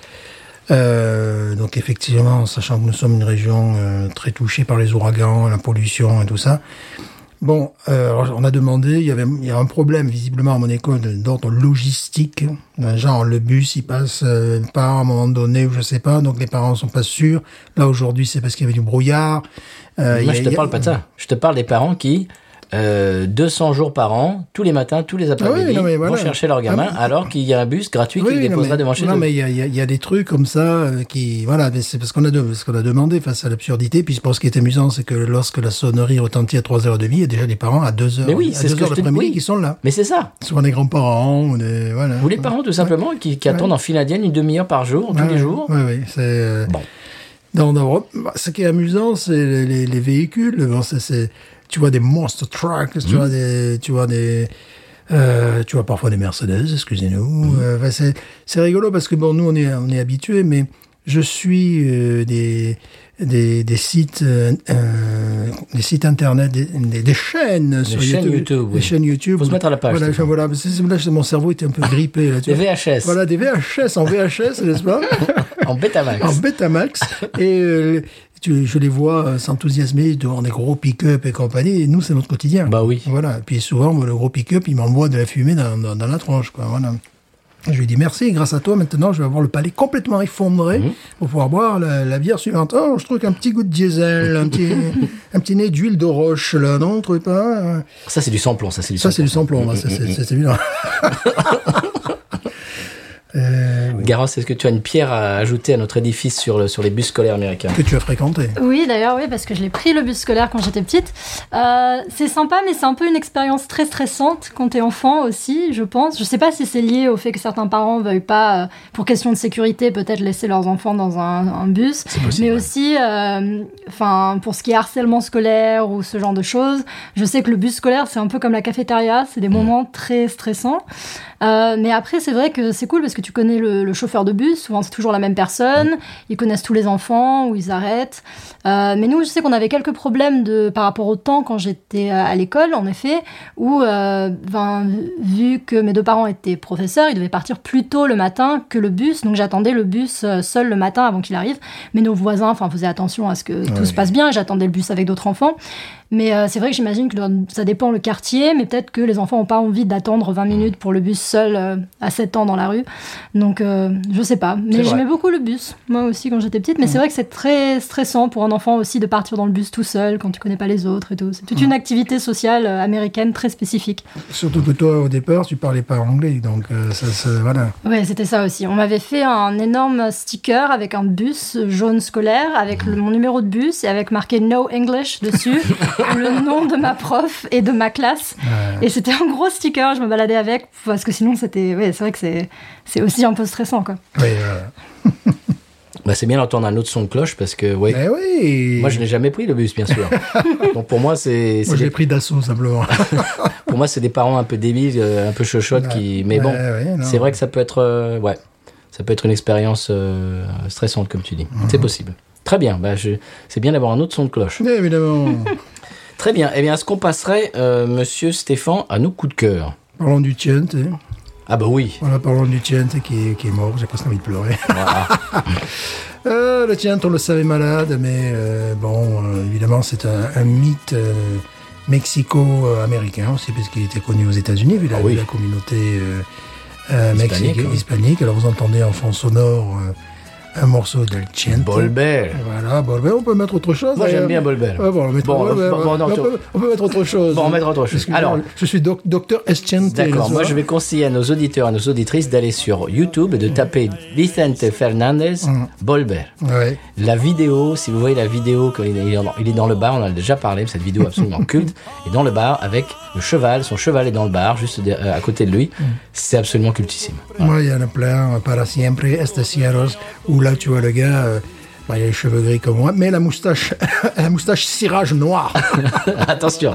Donc effectivement, sachant que nous sommes une région très touchée par les ouragans, la pollution et tout ça. Bon, alors on a demandé, il y a un problème visiblement à mon école d'ordre logistique. Genre le bus il passe pas à un moment donné ou je sais pas, donc les parents sont pas sûrs. Là aujourd'hui c'est parce qu'il y avait du brouillard. Moi je te parle pas de ça. Je te parle des parents qui 200 jours par an, tous les matins, tous les après-midi, vont chercher leur gamin, alors qu'il y a un bus gratuit qui les déposera devant chez eux. Non, mais il y a des trucs comme ça c'est parce qu'on a demandé face à l'absurdité. Puis ce qui est amusant, c'est que lorsque la sonnerie retentit à 3h30, il y a déjà des parents à 2h, mais oui, c'est 2h l'après-midi qui sont là. Mais c'est ça. Souvent des grands-parents ou les parents tout simplement qui attendent en file indienne une demi-heure par jour, tous les jours. Oui, c'est... Bon. Ce qui est amusant, c'est les véhicules. Bon, tu vois des monster trucks, tu vois parfois des Mercedes, excusez-nous. C'est rigolo parce que nous on est habitués, mais je suis des sites internet, des chaînes sur YouTube. Des chaînes YouTube. Faut se mettre à la page. Voilà, mon cerveau était un peu grippé. Là, des VHS. Voilà, des VHS en VHS, n'est-ce pas? En Betamax. En Betamax. Et je les vois s'enthousiasmer devant des gros pick-up et compagnie. Et nous, c'est notre quotidien. Bah oui. Voilà. Puis souvent, le gros pick-up, il m'envoie de la fumée dans la tronche, quoi. Voilà. Je lui dis merci, grâce à toi, maintenant, je vais avoir le palais complètement effondré pour pouvoir boire la bière suivante. Oh, je trouve qu'un petit goût de diesel, un petit nez d'huile de roche, là, non, vous trouvez pas? Ça, c'est du sans-plomb, c'est du sans-plomb, c'est évident. Garros, est-ce que tu as une pierre à ajouter à notre édifice sur les bus scolaires américains que tu as fréquenté? Oui, d'ailleurs, parce que je l'ai pris le bus scolaire quand j'étais petite. C'est sympa, mais c'est un peu une expérience très stressante quand t'es enfant aussi, je pense. Je sais pas si c'est lié au fait que certains parents veuillent pas, pour question de sécurité, peut-être laisser leurs enfants dans un bus, mais aussi, pour ce qui est harcèlement scolaire ou ce genre de choses, je sais que le bus scolaire, c'est un peu comme la cafétéria, c'est des moments très stressants. Mais après, c'est vrai que c'est cool parce que tu connais le chauffeur de bus. Souvent, c'est toujours la même personne. Ils connaissent tous les enfants, où ils arrêtent. Mais nous, je sais qu'on avait quelques problèmes par rapport au temps quand j'étais à l'école, en effet, où, vu que mes deux parents étaient professeurs, ils devaient partir plus tôt le matin que le bus. Donc, j'attendais le bus seul le matin avant qu'il arrive. Mais nos voisins, faisaient attention à ce que tout se passe bien. J'attendais le bus avec d'autres enfants. Mais c'est vrai que j'imagine que ça dépend le quartier, mais peut-être que les enfants n'ont pas envie d'attendre 20 minutes pour le bus seul à 7 ans dans la rue. Donc, je sais pas. Mais j'aimais beaucoup le bus, moi aussi, quand j'étais petite. Mais c'est vrai que c'est très stressant pour un enfant aussi de partir dans le bus tout seul quand tu connais pas les autres et tout. C'est toute une activité sociale américaine très spécifique. Surtout que toi, au départ, tu parlais pas anglais, donc voilà. Ouais, c'était ça aussi. On m'avait fait un énorme sticker avec un bus jaune scolaire, avec mon numéro de bus et avec marqué No English dessus. Le nom de ma prof et de ma classe. Et c'était un gros sticker, je me baladais avec, parce que sinon, c'est vrai que c'est aussi un peu stressant, quoi. Oui, Bah, c'est bien d'entendre un autre son de cloche parce que, ouais. Eh oui. Moi, je n'ai jamais pris le bus, bien sûr. Donc, pour moi, c'est Moi, je l'ai pris d'assaut, simplement. pour moi, c'est des parents un peu débiles, un peu chochottes qui. Mais bon, c'est vrai que ça peut être, ça peut être une expérience stressante, comme tu dis. C'est possible. Très bien. Bah, c'est bien d'avoir un autre son de cloche. Évidemment. Très bien. Eh bien, est-ce qu'on passerait, Monsieur Stéphane, à nos coups de cœur? Parlons du Chente. Ah bah oui. Voilà, parlons du Chente qui est mort. J'ai presque envie de pleurer. Voilà. Le Chente, on le savait malade, mais évidemment, c'est un mythe mexico-américain aussi, parce qu'il était connu aux États-Unis, vu la communauté hispanique. Alors, vous entendez en fond sonore un morceau del Chente. Bolbert. Voilà, Bolbert. On peut mettre autre chose. Moi, j'aime bien Bolbert. On peut mettre autre chose. Bon, on mettra autre chose. Alors, je suis docteur Chente. D'accord. Moi, je vais conseiller à nos auditeurs, à nos auditrices d'aller sur YouTube et de taper Vicente Fernandez Bolbert. Ouais. La vidéo, si vous voyez la vidéo, quand il est dans le bar, on en a déjà parlé, cette vidéo absolument culte, et dans le bar avec le cheval, son cheval est dans le bar, juste à côté de lui. C'est absolument cultissime. Voilà. Moi, il y en a plein, Para Siempre, Estacieros, où là, tu vois le gars, il a les cheveux gris comme moi, mais la moustache cirage noir. Attention.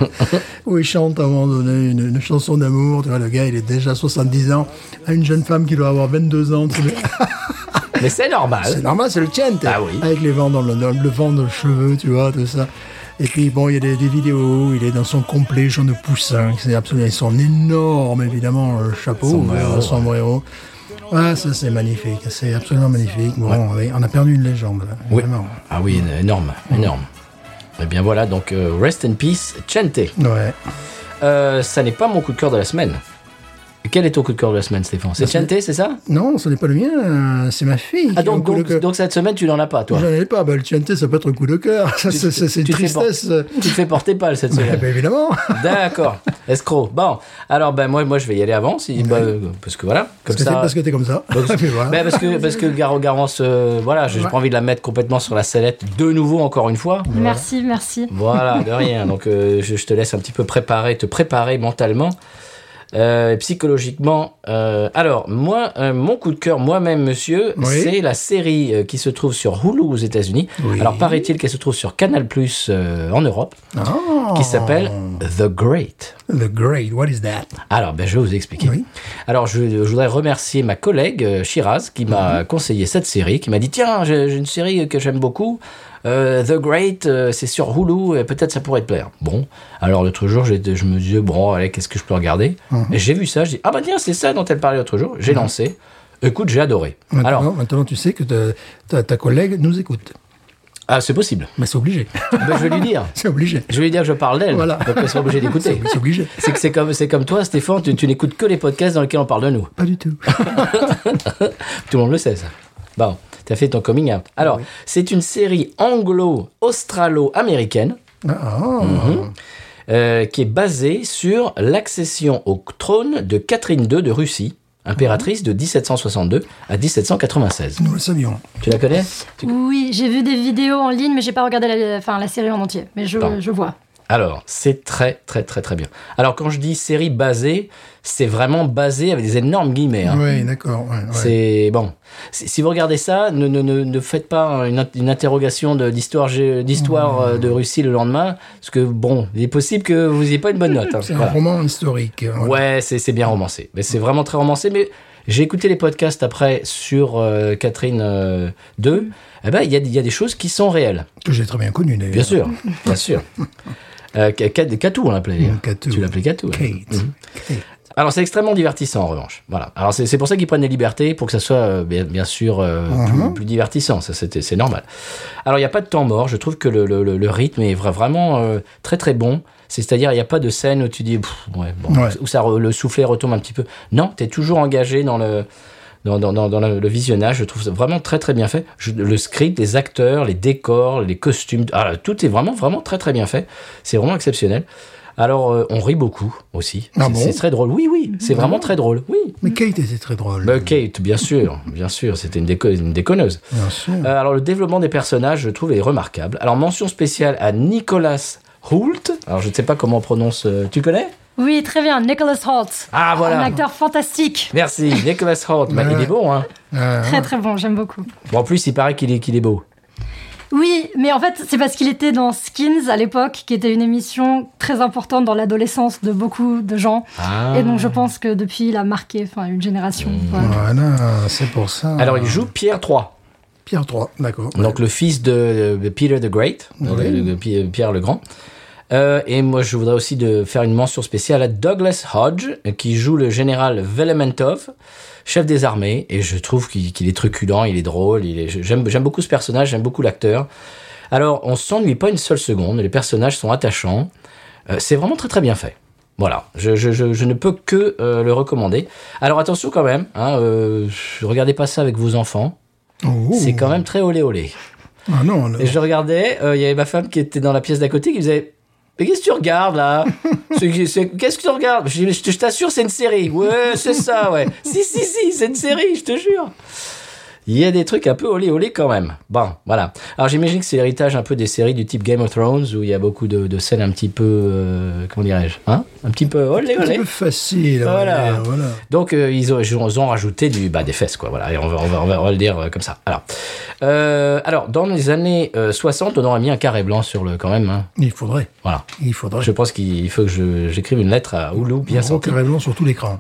Où il chante à un moment donné une chanson d'amour, tu vois, le gars, il est déjà 70 ans, à une jeune femme qui doit avoir 22 ans. Mais c'est normal. C'est normal, c'est le Chente. Ah oui. Avec les vents dans le vent dans le cheveu, tu vois, tout ça. Et puis, bon, il y a des vidéos où il est dans son complet jaune de poussin, c'est absolument, son énorme, évidemment, chapeau, sombrero. Ah, ça, c'est magnifique. C'est absolument magnifique. Bon, oui, on a perdu une légende, là, évidemment. Ah oui, énorme. Eh bien, voilà, donc, rest in peace, Chente. Ouais. Ça n'est pas mon coup de cœur de la semaine. Quel est ton coup de cœur de la semaine, Stéphane? C'est Chente, c'est ça? Non, ce n'est pas le mien, c'est ma fille. Ah, donc cette semaine, tu n'en as pas, toi? Je n'en ai pas. Le Chente, ça peut être un coup de cœur. C'est une tristesse. Tu te fais porter pâle cette semaine? Évidemment. D'accord. Escroc. Bon, alors, moi, je vais y aller avant, parce que voilà. Parce que t'es comme ça. Donc, voilà. Parce que Garance, voilà, j'ai pas envie de la mettre complètement sur la sellette de nouveau, encore une fois. Merci. Voilà, de rien. Donc, je te laisse un petit peu te préparer mentalement. Psychologiquement. Alors, moi, mon coup de cœur, moi-même, monsieur, c'est la série qui se trouve sur Hulu aux États-Unis. Oui. Alors, paraît-il qu'elle se trouve sur Canal+ en Europe, qui s'appelle The Great. The Great, what is that? Alors, je vais vous expliquer. Oui. Alors, je voudrais remercier ma collègue Shiraz qui m'a conseillé cette série, qui m'a dit, tiens, j'ai une série que j'aime beaucoup. The Great, c'est sur Hulu, et peut-être ça pourrait te plaire. Bon, alors l'autre jour, je me disais, bon, allez, qu'est-ce que je peux regarder? Et j'ai vu ça, je dis, ah bah tiens, c'est ça dont elle parlait l'autre jour. J'ai lancé. Écoute, j'ai adoré. Maintenant, tu sais que ta collègue nous écoute. Ah, c'est possible. Mais c'est obligé. Je vais lui dire. C'est obligé. Je vais lui dire que je parle d'elle. Voilà. Donc elle sera obligée d'écouter. C'est obligé. C'est comme toi, Stéphane, tu n'écoutes que les podcasts dans lesquels on parle de nous. Pas du tout. Tout le monde le sait, ça. Bon. Tu as fait ton coming out. Alors, c'est une série anglo-australo-américaine qui est basée sur l'accession au trône de Catherine II de Russie, impératrice de 1762 à 1796. Nous le savions. Tu la connais? Oui, j'ai vu des vidéos en ligne, mais j'ai pas regardé la série en entier. Mais je vois. Alors, c'est très, très, très, très bien. Alors, quand je dis série basée, c'est vraiment basé avec des énormes guillemets. Hein. Oui, d'accord. Ouais. C'est bon. Si vous regardez ça, ne faites pas une interrogation d'histoire de Russie le lendemain, parce que bon, il est possible que vous n'ayez pas une bonne note. Hein. C'est un roman historique. Ouais, c'est bien romancé. Mais c'est vraiment très romancé. Mais j'ai écouté les podcasts après sur Catherine II. Eh ben, il y a des choses qui sont réelles. Que j'ai très bien connues, d'ailleurs. Bien sûr, bien sûr. Catou, on l'appelait. Tu l'appelais Catou. Kate. Alors, c'est extrêmement divertissant, en revanche. Voilà. Alors, c'est pour ça qu'ils prennent des libertés, pour que ça soit, bien sûr, plus divertissant. Ça, c'est normal. Alors, il n'y a pas de temps mort. Je trouve que le rythme est vraiment très, très bon. C'est-à-dire, il n'y a pas de scène où tu dis, où le soufflet retombe un petit peu. Non, tu es toujours engagé dans le visionnage. Je trouve ça vraiment très très bien fait. Le script, les acteurs, les décors, les costumes, tout est vraiment vraiment très très bien fait. C'est vraiment exceptionnel. Alors on rit beaucoup aussi. C'est très drôle. Oui, c'est vraiment très drôle. Oui. Mais Kate était très drôle. Kate, bien sûr, c'était une déconneuse. Bien sûr. Alors le développement des personnages, je trouve, est remarquable. Alors mention spéciale à Nicholas Hoult. Alors je ne sais pas comment on prononce. Tu connais? Oui, très bien, Nicholas Hoult. Ah, voilà. Un acteur fantastique. Merci, Nicholas Hoult. Bah, il est bon, hein. Très très bon, j'aime beaucoup. Bon, en plus, il paraît qu'il est beau. Oui, mais en fait, c'est parce qu'il était dans Skins à l'époque, qui était une émission très importante dans l'adolescence de beaucoup de gens. Ah. Et donc, je pense que depuis, il a marqué une génération. Voilà, c'est pour ça. Alors, il joue Pierre III. Pierre III, d'accord. Donc, le fils de Peter the Great, Pierre le Grand. Et moi, je voudrais aussi faire une mention spéciale à Douglas Hodge, qui joue le général Velementov, chef des armées, et je trouve qu'il est truculent, il est drôle, j'aime beaucoup ce personnage, j'aime beaucoup l'acteur. Alors, on s'ennuie pas une seule seconde, les personnages sont attachants, c'est vraiment très très bien fait. Voilà, je ne peux que le recommander. Alors attention quand même, regardez pas ça avec vos enfants, c'est quand même très olé olé. Ah non. Et je regardais, il y avait ma femme qui était dans la pièce d'à côté qui faisait... Mais qu'est-ce que tu regardes, là? Qu'est-ce que tu regardes? Je t'assure, c'est une série. Ouais, c'est ça, ouais. Si, c'est une série, je te jure. Il y a des trucs un peu olé olé quand même. Bon, voilà. Alors j'imagine que c'est l'héritage un peu des séries du type Game of Thrones où il y a beaucoup de scènes un petit peu, comment dirais-je, un petit peu olé olé. Un petit peu facile. Voilà. Voilà. Donc ils ont rajouté des fesses, quoi. Voilà. Et on va le dire comme ça. Alors dans les années 60, on aurait mis un carré blanc sur le quand même. Hein. Il faudrait. Voilà. Il faudrait. Je pense qu'il faut que j'écrive une lettre à Hulu bien sortie. Un carré blanc sur tout l'écran.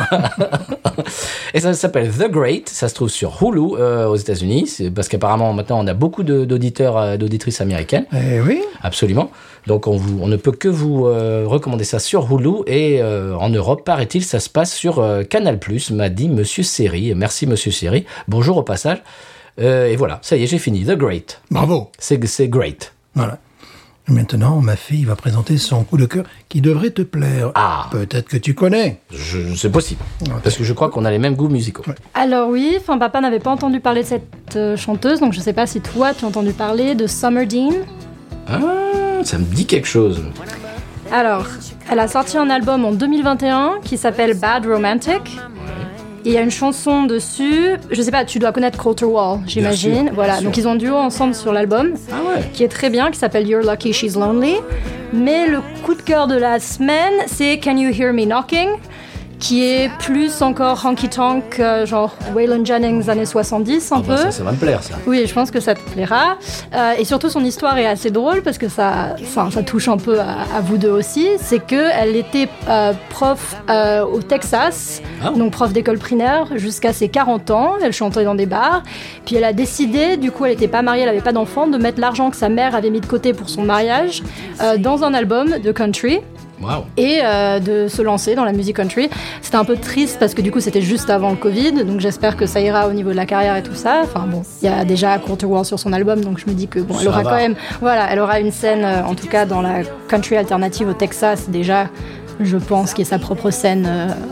Et ça s'appelle The Great. Ça se trouve sur Hulu aux États-Unis, parce qu'apparemment maintenant on a beaucoup d'auditeurs, d'auditrices américaines. Eh oui. Absolument. Donc on ne peut que vous recommander ça sur Hulu et en Europe, paraît-il, ça se passe sur Canal+, m'a dit Monsieur Seri. Merci Monsieur Seri. Bonjour au passage. Et voilà, ça y est, j'ai fini. The Great. Bravo. C'est great. Voilà. Maintenant, ma fille va présenter son coup de cœur qui devrait te plaire. Ah. Peut-être que tu connais. C'est possible. Parce que je crois qu'on a les mêmes goûts musicaux. Ouais. Alors oui, papa n'avait pas entendu parler de cette chanteuse, donc je sais pas si toi tu as entendu parler de Summer Dean. Ah, ça me dit quelque chose. Alors, elle a sorti un album en 2021 qui s'appelle Bad Romantic. Et il y a une chanson dessus, je sais pas, tu dois connaître Colter Wall, j'imagine. Voilà, donc ils ont un duo ensemble sur l'album, qui est très bien, qui s'appelle You're Lucky She's Lonely. Mais le coup de cœur de la semaine, c'est Can You Hear Me Knocking, qui est plus encore honky-tonk, genre Waylon Jennings années 70 un peu. Ça va me plaire, ça. Oui, je pense que ça te plaira. Et surtout, son histoire est assez drôle parce que ça touche un peu à vous deux aussi. C'est qu'elle était prof au Texas, donc prof d'école primaire jusqu'à ses 40 ans. Elle chantait dans des bars. Puis elle a décidé, du coup, elle n'était pas mariée, elle n'avait pas d'enfant, de mettre l'argent que sa mère avait mis de côté pour son mariage dans un album de country. Wow. Et de se lancer dans la musique country. C'était un peu triste parce que du coup c'était juste avant le Covid, donc j'espère que ça ira au niveau de la carrière et tout ça. Enfin bon, il y a déjà Colter Wall sur son album, donc je me dis que bon, elle aura quand même, voilà, elle aura une scène en tout cas dans la country alternative au Texas déjà. Je pense qu'il y a sa propre scène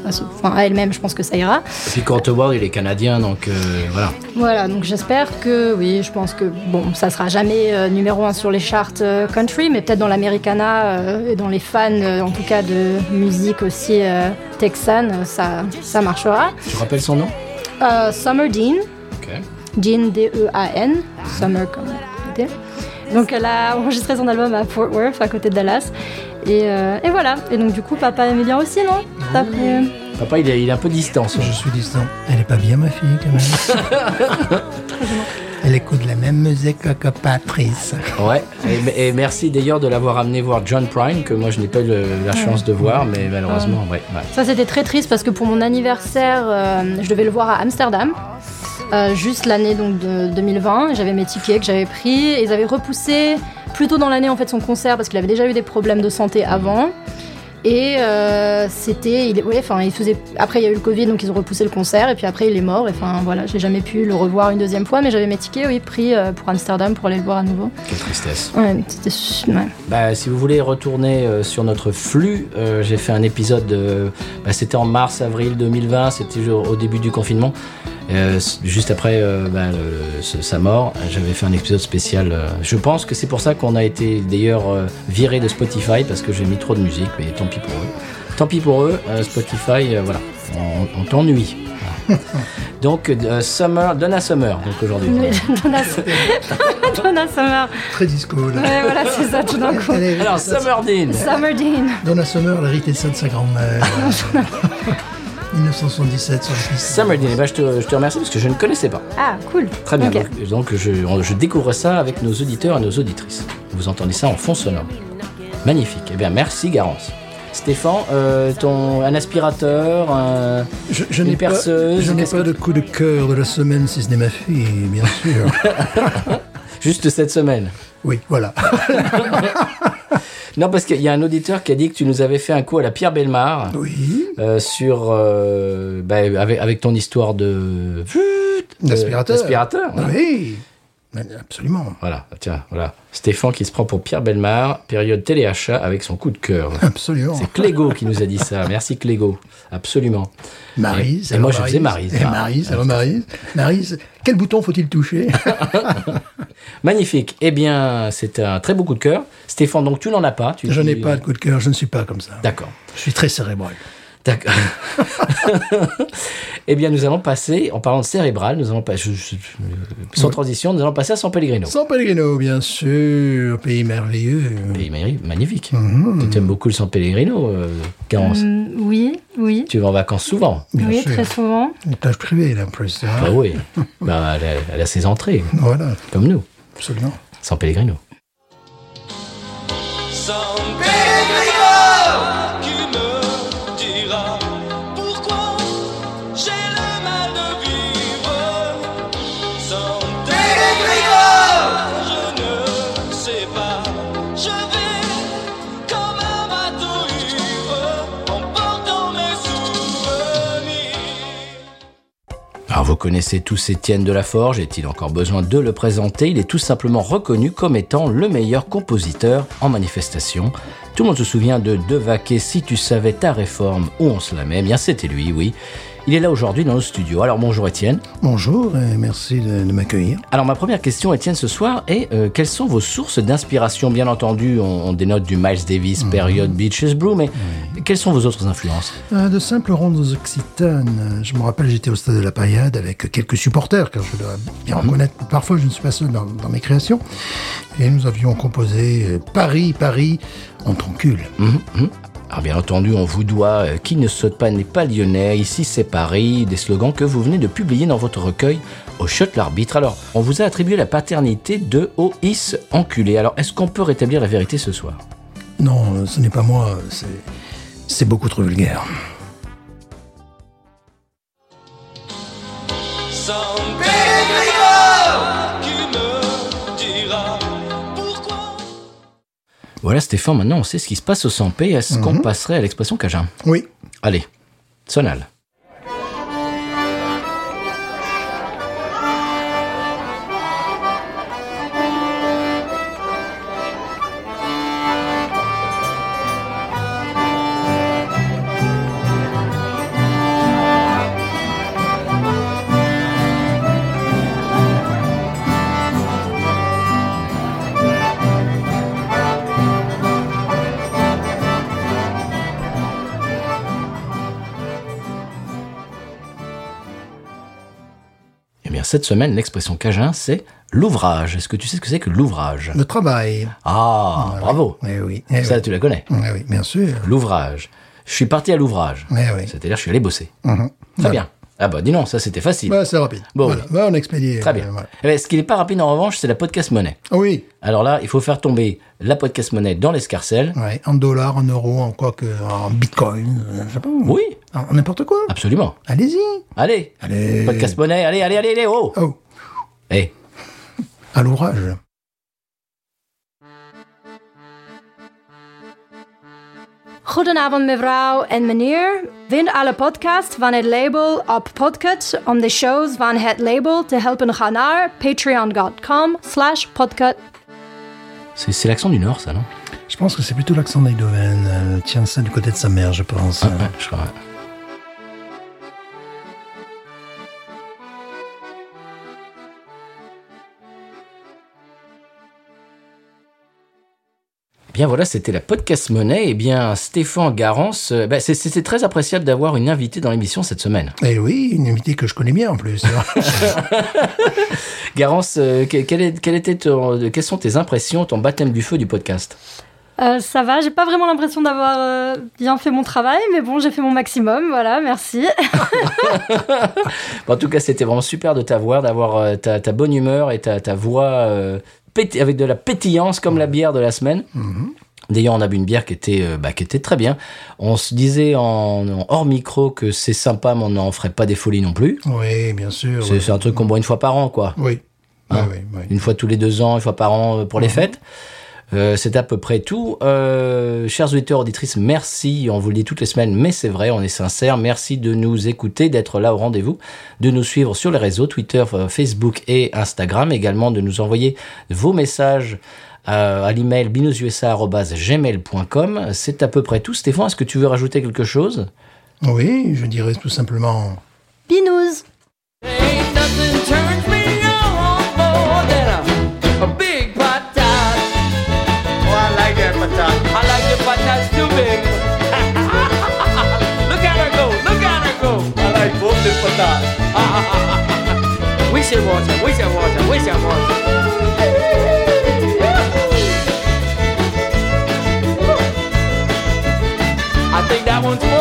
à elle-même, je pense que ça ira. Et puis Colter Wall, il est canadien, donc voilà. Voilà, donc j'espère que, oui, je pense que, bon, ça sera jamais numéro 1 sur les charts country, mais peut-être dans l'Americana et dans les fans, en tout cas de musique aussi texane, ça marchera. Tu rappelles son nom? Summer Dean. Ok. Dean, D-E-A-N. Summer comme été. Donc elle a enregistré son album à Fort Worth, à côté de Dallas. Et voilà. Et donc du coup, papa aimait bien aussi, non? Papa, il est un peu distant. Je suis distant. Elle est pas bien, ma fille, quand même. Elle écoute la même musique que Patrice. Ouais. Et merci d'ailleurs de l'avoir amené voir John Prine, que moi je n'ai pas eu la chance de voir, mais malheureusement, ouais. Ça, c'était très triste parce que pour mon anniversaire, je devais le voir à Amsterdam. Juste l'année donc de 2020, j'avais mes tickets que j'avais pris et ils avaient repoussé plus tôt dans l'année en fait son concert parce qu'il avait déjà eu des problèmes de santé avant et après il y a eu le Covid donc ils ont repoussé le concert et puis après il est mort et enfin voilà, j'ai jamais pu le revoir une deuxième fois mais j'avais mes tickets pris pour Amsterdam pour aller le voir à nouveau. Quelle tristesse. Ouais, si vous voulez retourner sur notre flux, j'ai fait un épisode c'était en mars-avril 2020, c'était au début du confinement. Juste après sa mort, j'avais fait un épisode spécial. Je pense que c'est pour ça qu'on a été d'ailleurs viré de Spotify parce que j'ai mis trop de musique, mais tant pis pour eux. Tant pis pour eux, Spotify, voilà, on t'ennuie. Voilà. Donc, Donna Summer, donc aujourd'hui. Donna Summer. Très disco, là. Ouais, voilà, c'est ça, tout d'un coup. Alors, Summer Dean. Summer Dean. Donna Summer, l'hérité de ça de sa grand-mère. 1977 sur le fils. Summer Dean, eh ben, je te remercie parce que je ne connaissais pas. Ah, cool. Très bien, Ok. donc je découvre ça avec nos auditeurs et nos auditrices. Vous entendez ça en fond sonore. Magnifique. Eh bien, merci Garance. Stéphane, un aspirateur, Je une n'ai perceuse, pas qu'est-ce de coup de cœur de la semaine, si ce n'est ma fille, bien sûr. juste cette semaine. Oui, voilà. Non, parce qu'il y a un auditeur qui a dit que tu nous avais fait un coup à la Pierre Bellemare Oui. avec ton histoire de D'aspirateur. Voilà. Oui. Absolument. Voilà, tiens, voilà. Stéphane qui se prend pour Pierre Bellemare, période téléachat avec son coup de cœur. Absolument. C'est Clégo qui nous a dit ça. Merci Clégo. Absolument. Maryse. Et moi, je faisais Maryse. Et Maryse, alors Maryse. Maryse, quel bouton faut-il toucher? Magnifique. Eh bien, c'est un très beau coup de cœur. Stéphane, donc tu n'en as pas. Je n'ai pas de coup de cœur, je ne suis pas comme ça. D'accord. Je suis très cérébral. D'accord. Eh bien, nous allons passer, en parlant de cérébral, nous allons passer, sans transition, nous allons passer à San Pellegrino. San Pellegrino, bien sûr, pays merveilleux. Pays magnifique. Tu aimes beaucoup le San Pellegrino, Garance. Oui. Tu vas en vacances souvent. Bien Oui, sûr. très souvent. Une plage privée, là, en plus. Hein. Bah oui. Bah, elle a ses entrées, Voilà, comme nous. absolument. San Pellegrino. San Pellegrino, qui me dira pourquoi j'ai le mal de vivre. San Pellegrino, je ne sais pas, je vais comme un bateau ivre en portant mes souvenirs. Alors vous connaissez tous Étienne Delaforge, est-il encore besoin de le présenter? Il est tout simplement reconnu comme étant le meilleur compositeur en manifestation. Tout le monde se souvient de Devaquet, si tu savais ta réforme, où on se la met, eh bien c'était lui, oui. Il est là aujourd'hui dans nos studios. Alors bonjour Étienne. Bonjour et merci de m'accueillir. Alors ma première question Étienne ce soir est quelles sont vos sources d'inspiration? Bien entendu, on dénote du Miles Davis, période Beaches Brew, mais quelles sont vos autres influences? De simples rondes occitanes. Je me rappelle, j'étais au stade de la Paillade avec quelques supporters, car je dois bien reconnaître, parfois je ne suis pas seul dans mes créations. Et nous avions composé Paris, on t'encule. Alors bien entendu, on vous doit Qui ne saute pas n'est pas lyonnais, Ici c'est Paris, des slogans que vous venez de publier dans votre recueil Au Shot l'arbitre. Alors, on vous a attribué la paternité de Ois enculé. Alors, est-ce qu'on peut rétablir la vérité ce soir? Non, ce n'est pas moi, c'est beaucoup trop vulgaire. San Pellegrino, qui me dira pourquoi. Voilà Stéphane, maintenant on sait ce qui se passe au 100p. Est-ce qu'on passerait à l'expression Cajun? Oui. Allez, sonal. Cette semaine, l'expression Cajun, c'est l'ouvrage. Est-ce que tu sais ce que c'est que l'ouvrage? Le travail. Ah, bravo. Oui. Ça, tu la connais. Oui, bien sûr. L'ouvrage. Je suis parti à l'ouvrage. Oui. C'est-à-dire, je suis allé bosser. Très Voilà. bien. Ah bah, dis non, ça, c'était facile. Bah, c'est rapide. Bon, voilà. oui. Bah, on a expédié. Très bien. Voilà. Eh bien, ce qui n'est pas rapide, en revanche, c'est la podcast monnaie. Oui. Alors là, il faut faire tomber la podcast monnaie dans l'escarcelle. Ouais, en dollars, en euros, en quoi que, en bitcoin, je sais pas. Oui, En n'importe quoi. absolument. Allez-y. Allez. Podcast monnaie, allez, oh. Oh, Eh. à l'ouvrage. Goedenavond mevrouw en meneer. Vind alle podcasts van het label op Podcut om de shows van het label te helpen gaan naar patreon.com/podcut. C'est l'accent du Nord, ça, non? Je pense que c'est plutôt l'accent d'Eindhoven. Elle tient ça du côté de sa mère, je pense. Ouais, je crois. Bien voilà, c'était la Podcast Monnaie. Eh bien, Stéphane Garance, c'était très appréciable d'avoir une invitée dans l'émission cette semaine. Et oui, une invitée que je connais bien en plus. Garance, quelles sont tes impressions, ton baptême du feu du podcast? Ça va, j'ai pas vraiment l'impression d'avoir bien fait mon travail, mais bon, j'ai fait mon maximum, voilà, merci. En tout cas, c'était vraiment super de t'avoir, d'avoir ta bonne humeur et ta voix avec de la pétillance comme la bière de la semaine. D'ailleurs, on a bu une bière qui était très bien. On se disait en hors micro que c'est sympa, mais on n'en ferait pas des folies non plus. Oui, bien sûr. C'est un truc qu'on boit une fois par an, quoi. Oui. Hein, oui. Une fois tous les 2 ans, une fois par an pour les fêtes. C'est à peu près tout. Chers auditeurs, auditrices, merci. On vous le dit toutes les semaines, mais c'est vrai, on est sincère. Merci de nous écouter, d'être là au rendez-vous, de nous suivre sur les réseaux, Twitter, Facebook et Instagram. Également de nous envoyer vos messages à l'email binoususa@gmail.com. C'est à peu près tout. Stéphane, est-ce que tu veux rajouter quelque chose? Oui, je dirais tout simplement... Binous! Ain't nothing turns me on more than a big patat. Oh, I like that patat. I like the patats too big. Look at her go, look at her go. I like both the patats. We should watch her, we should watch her, we should watch her. I think that one's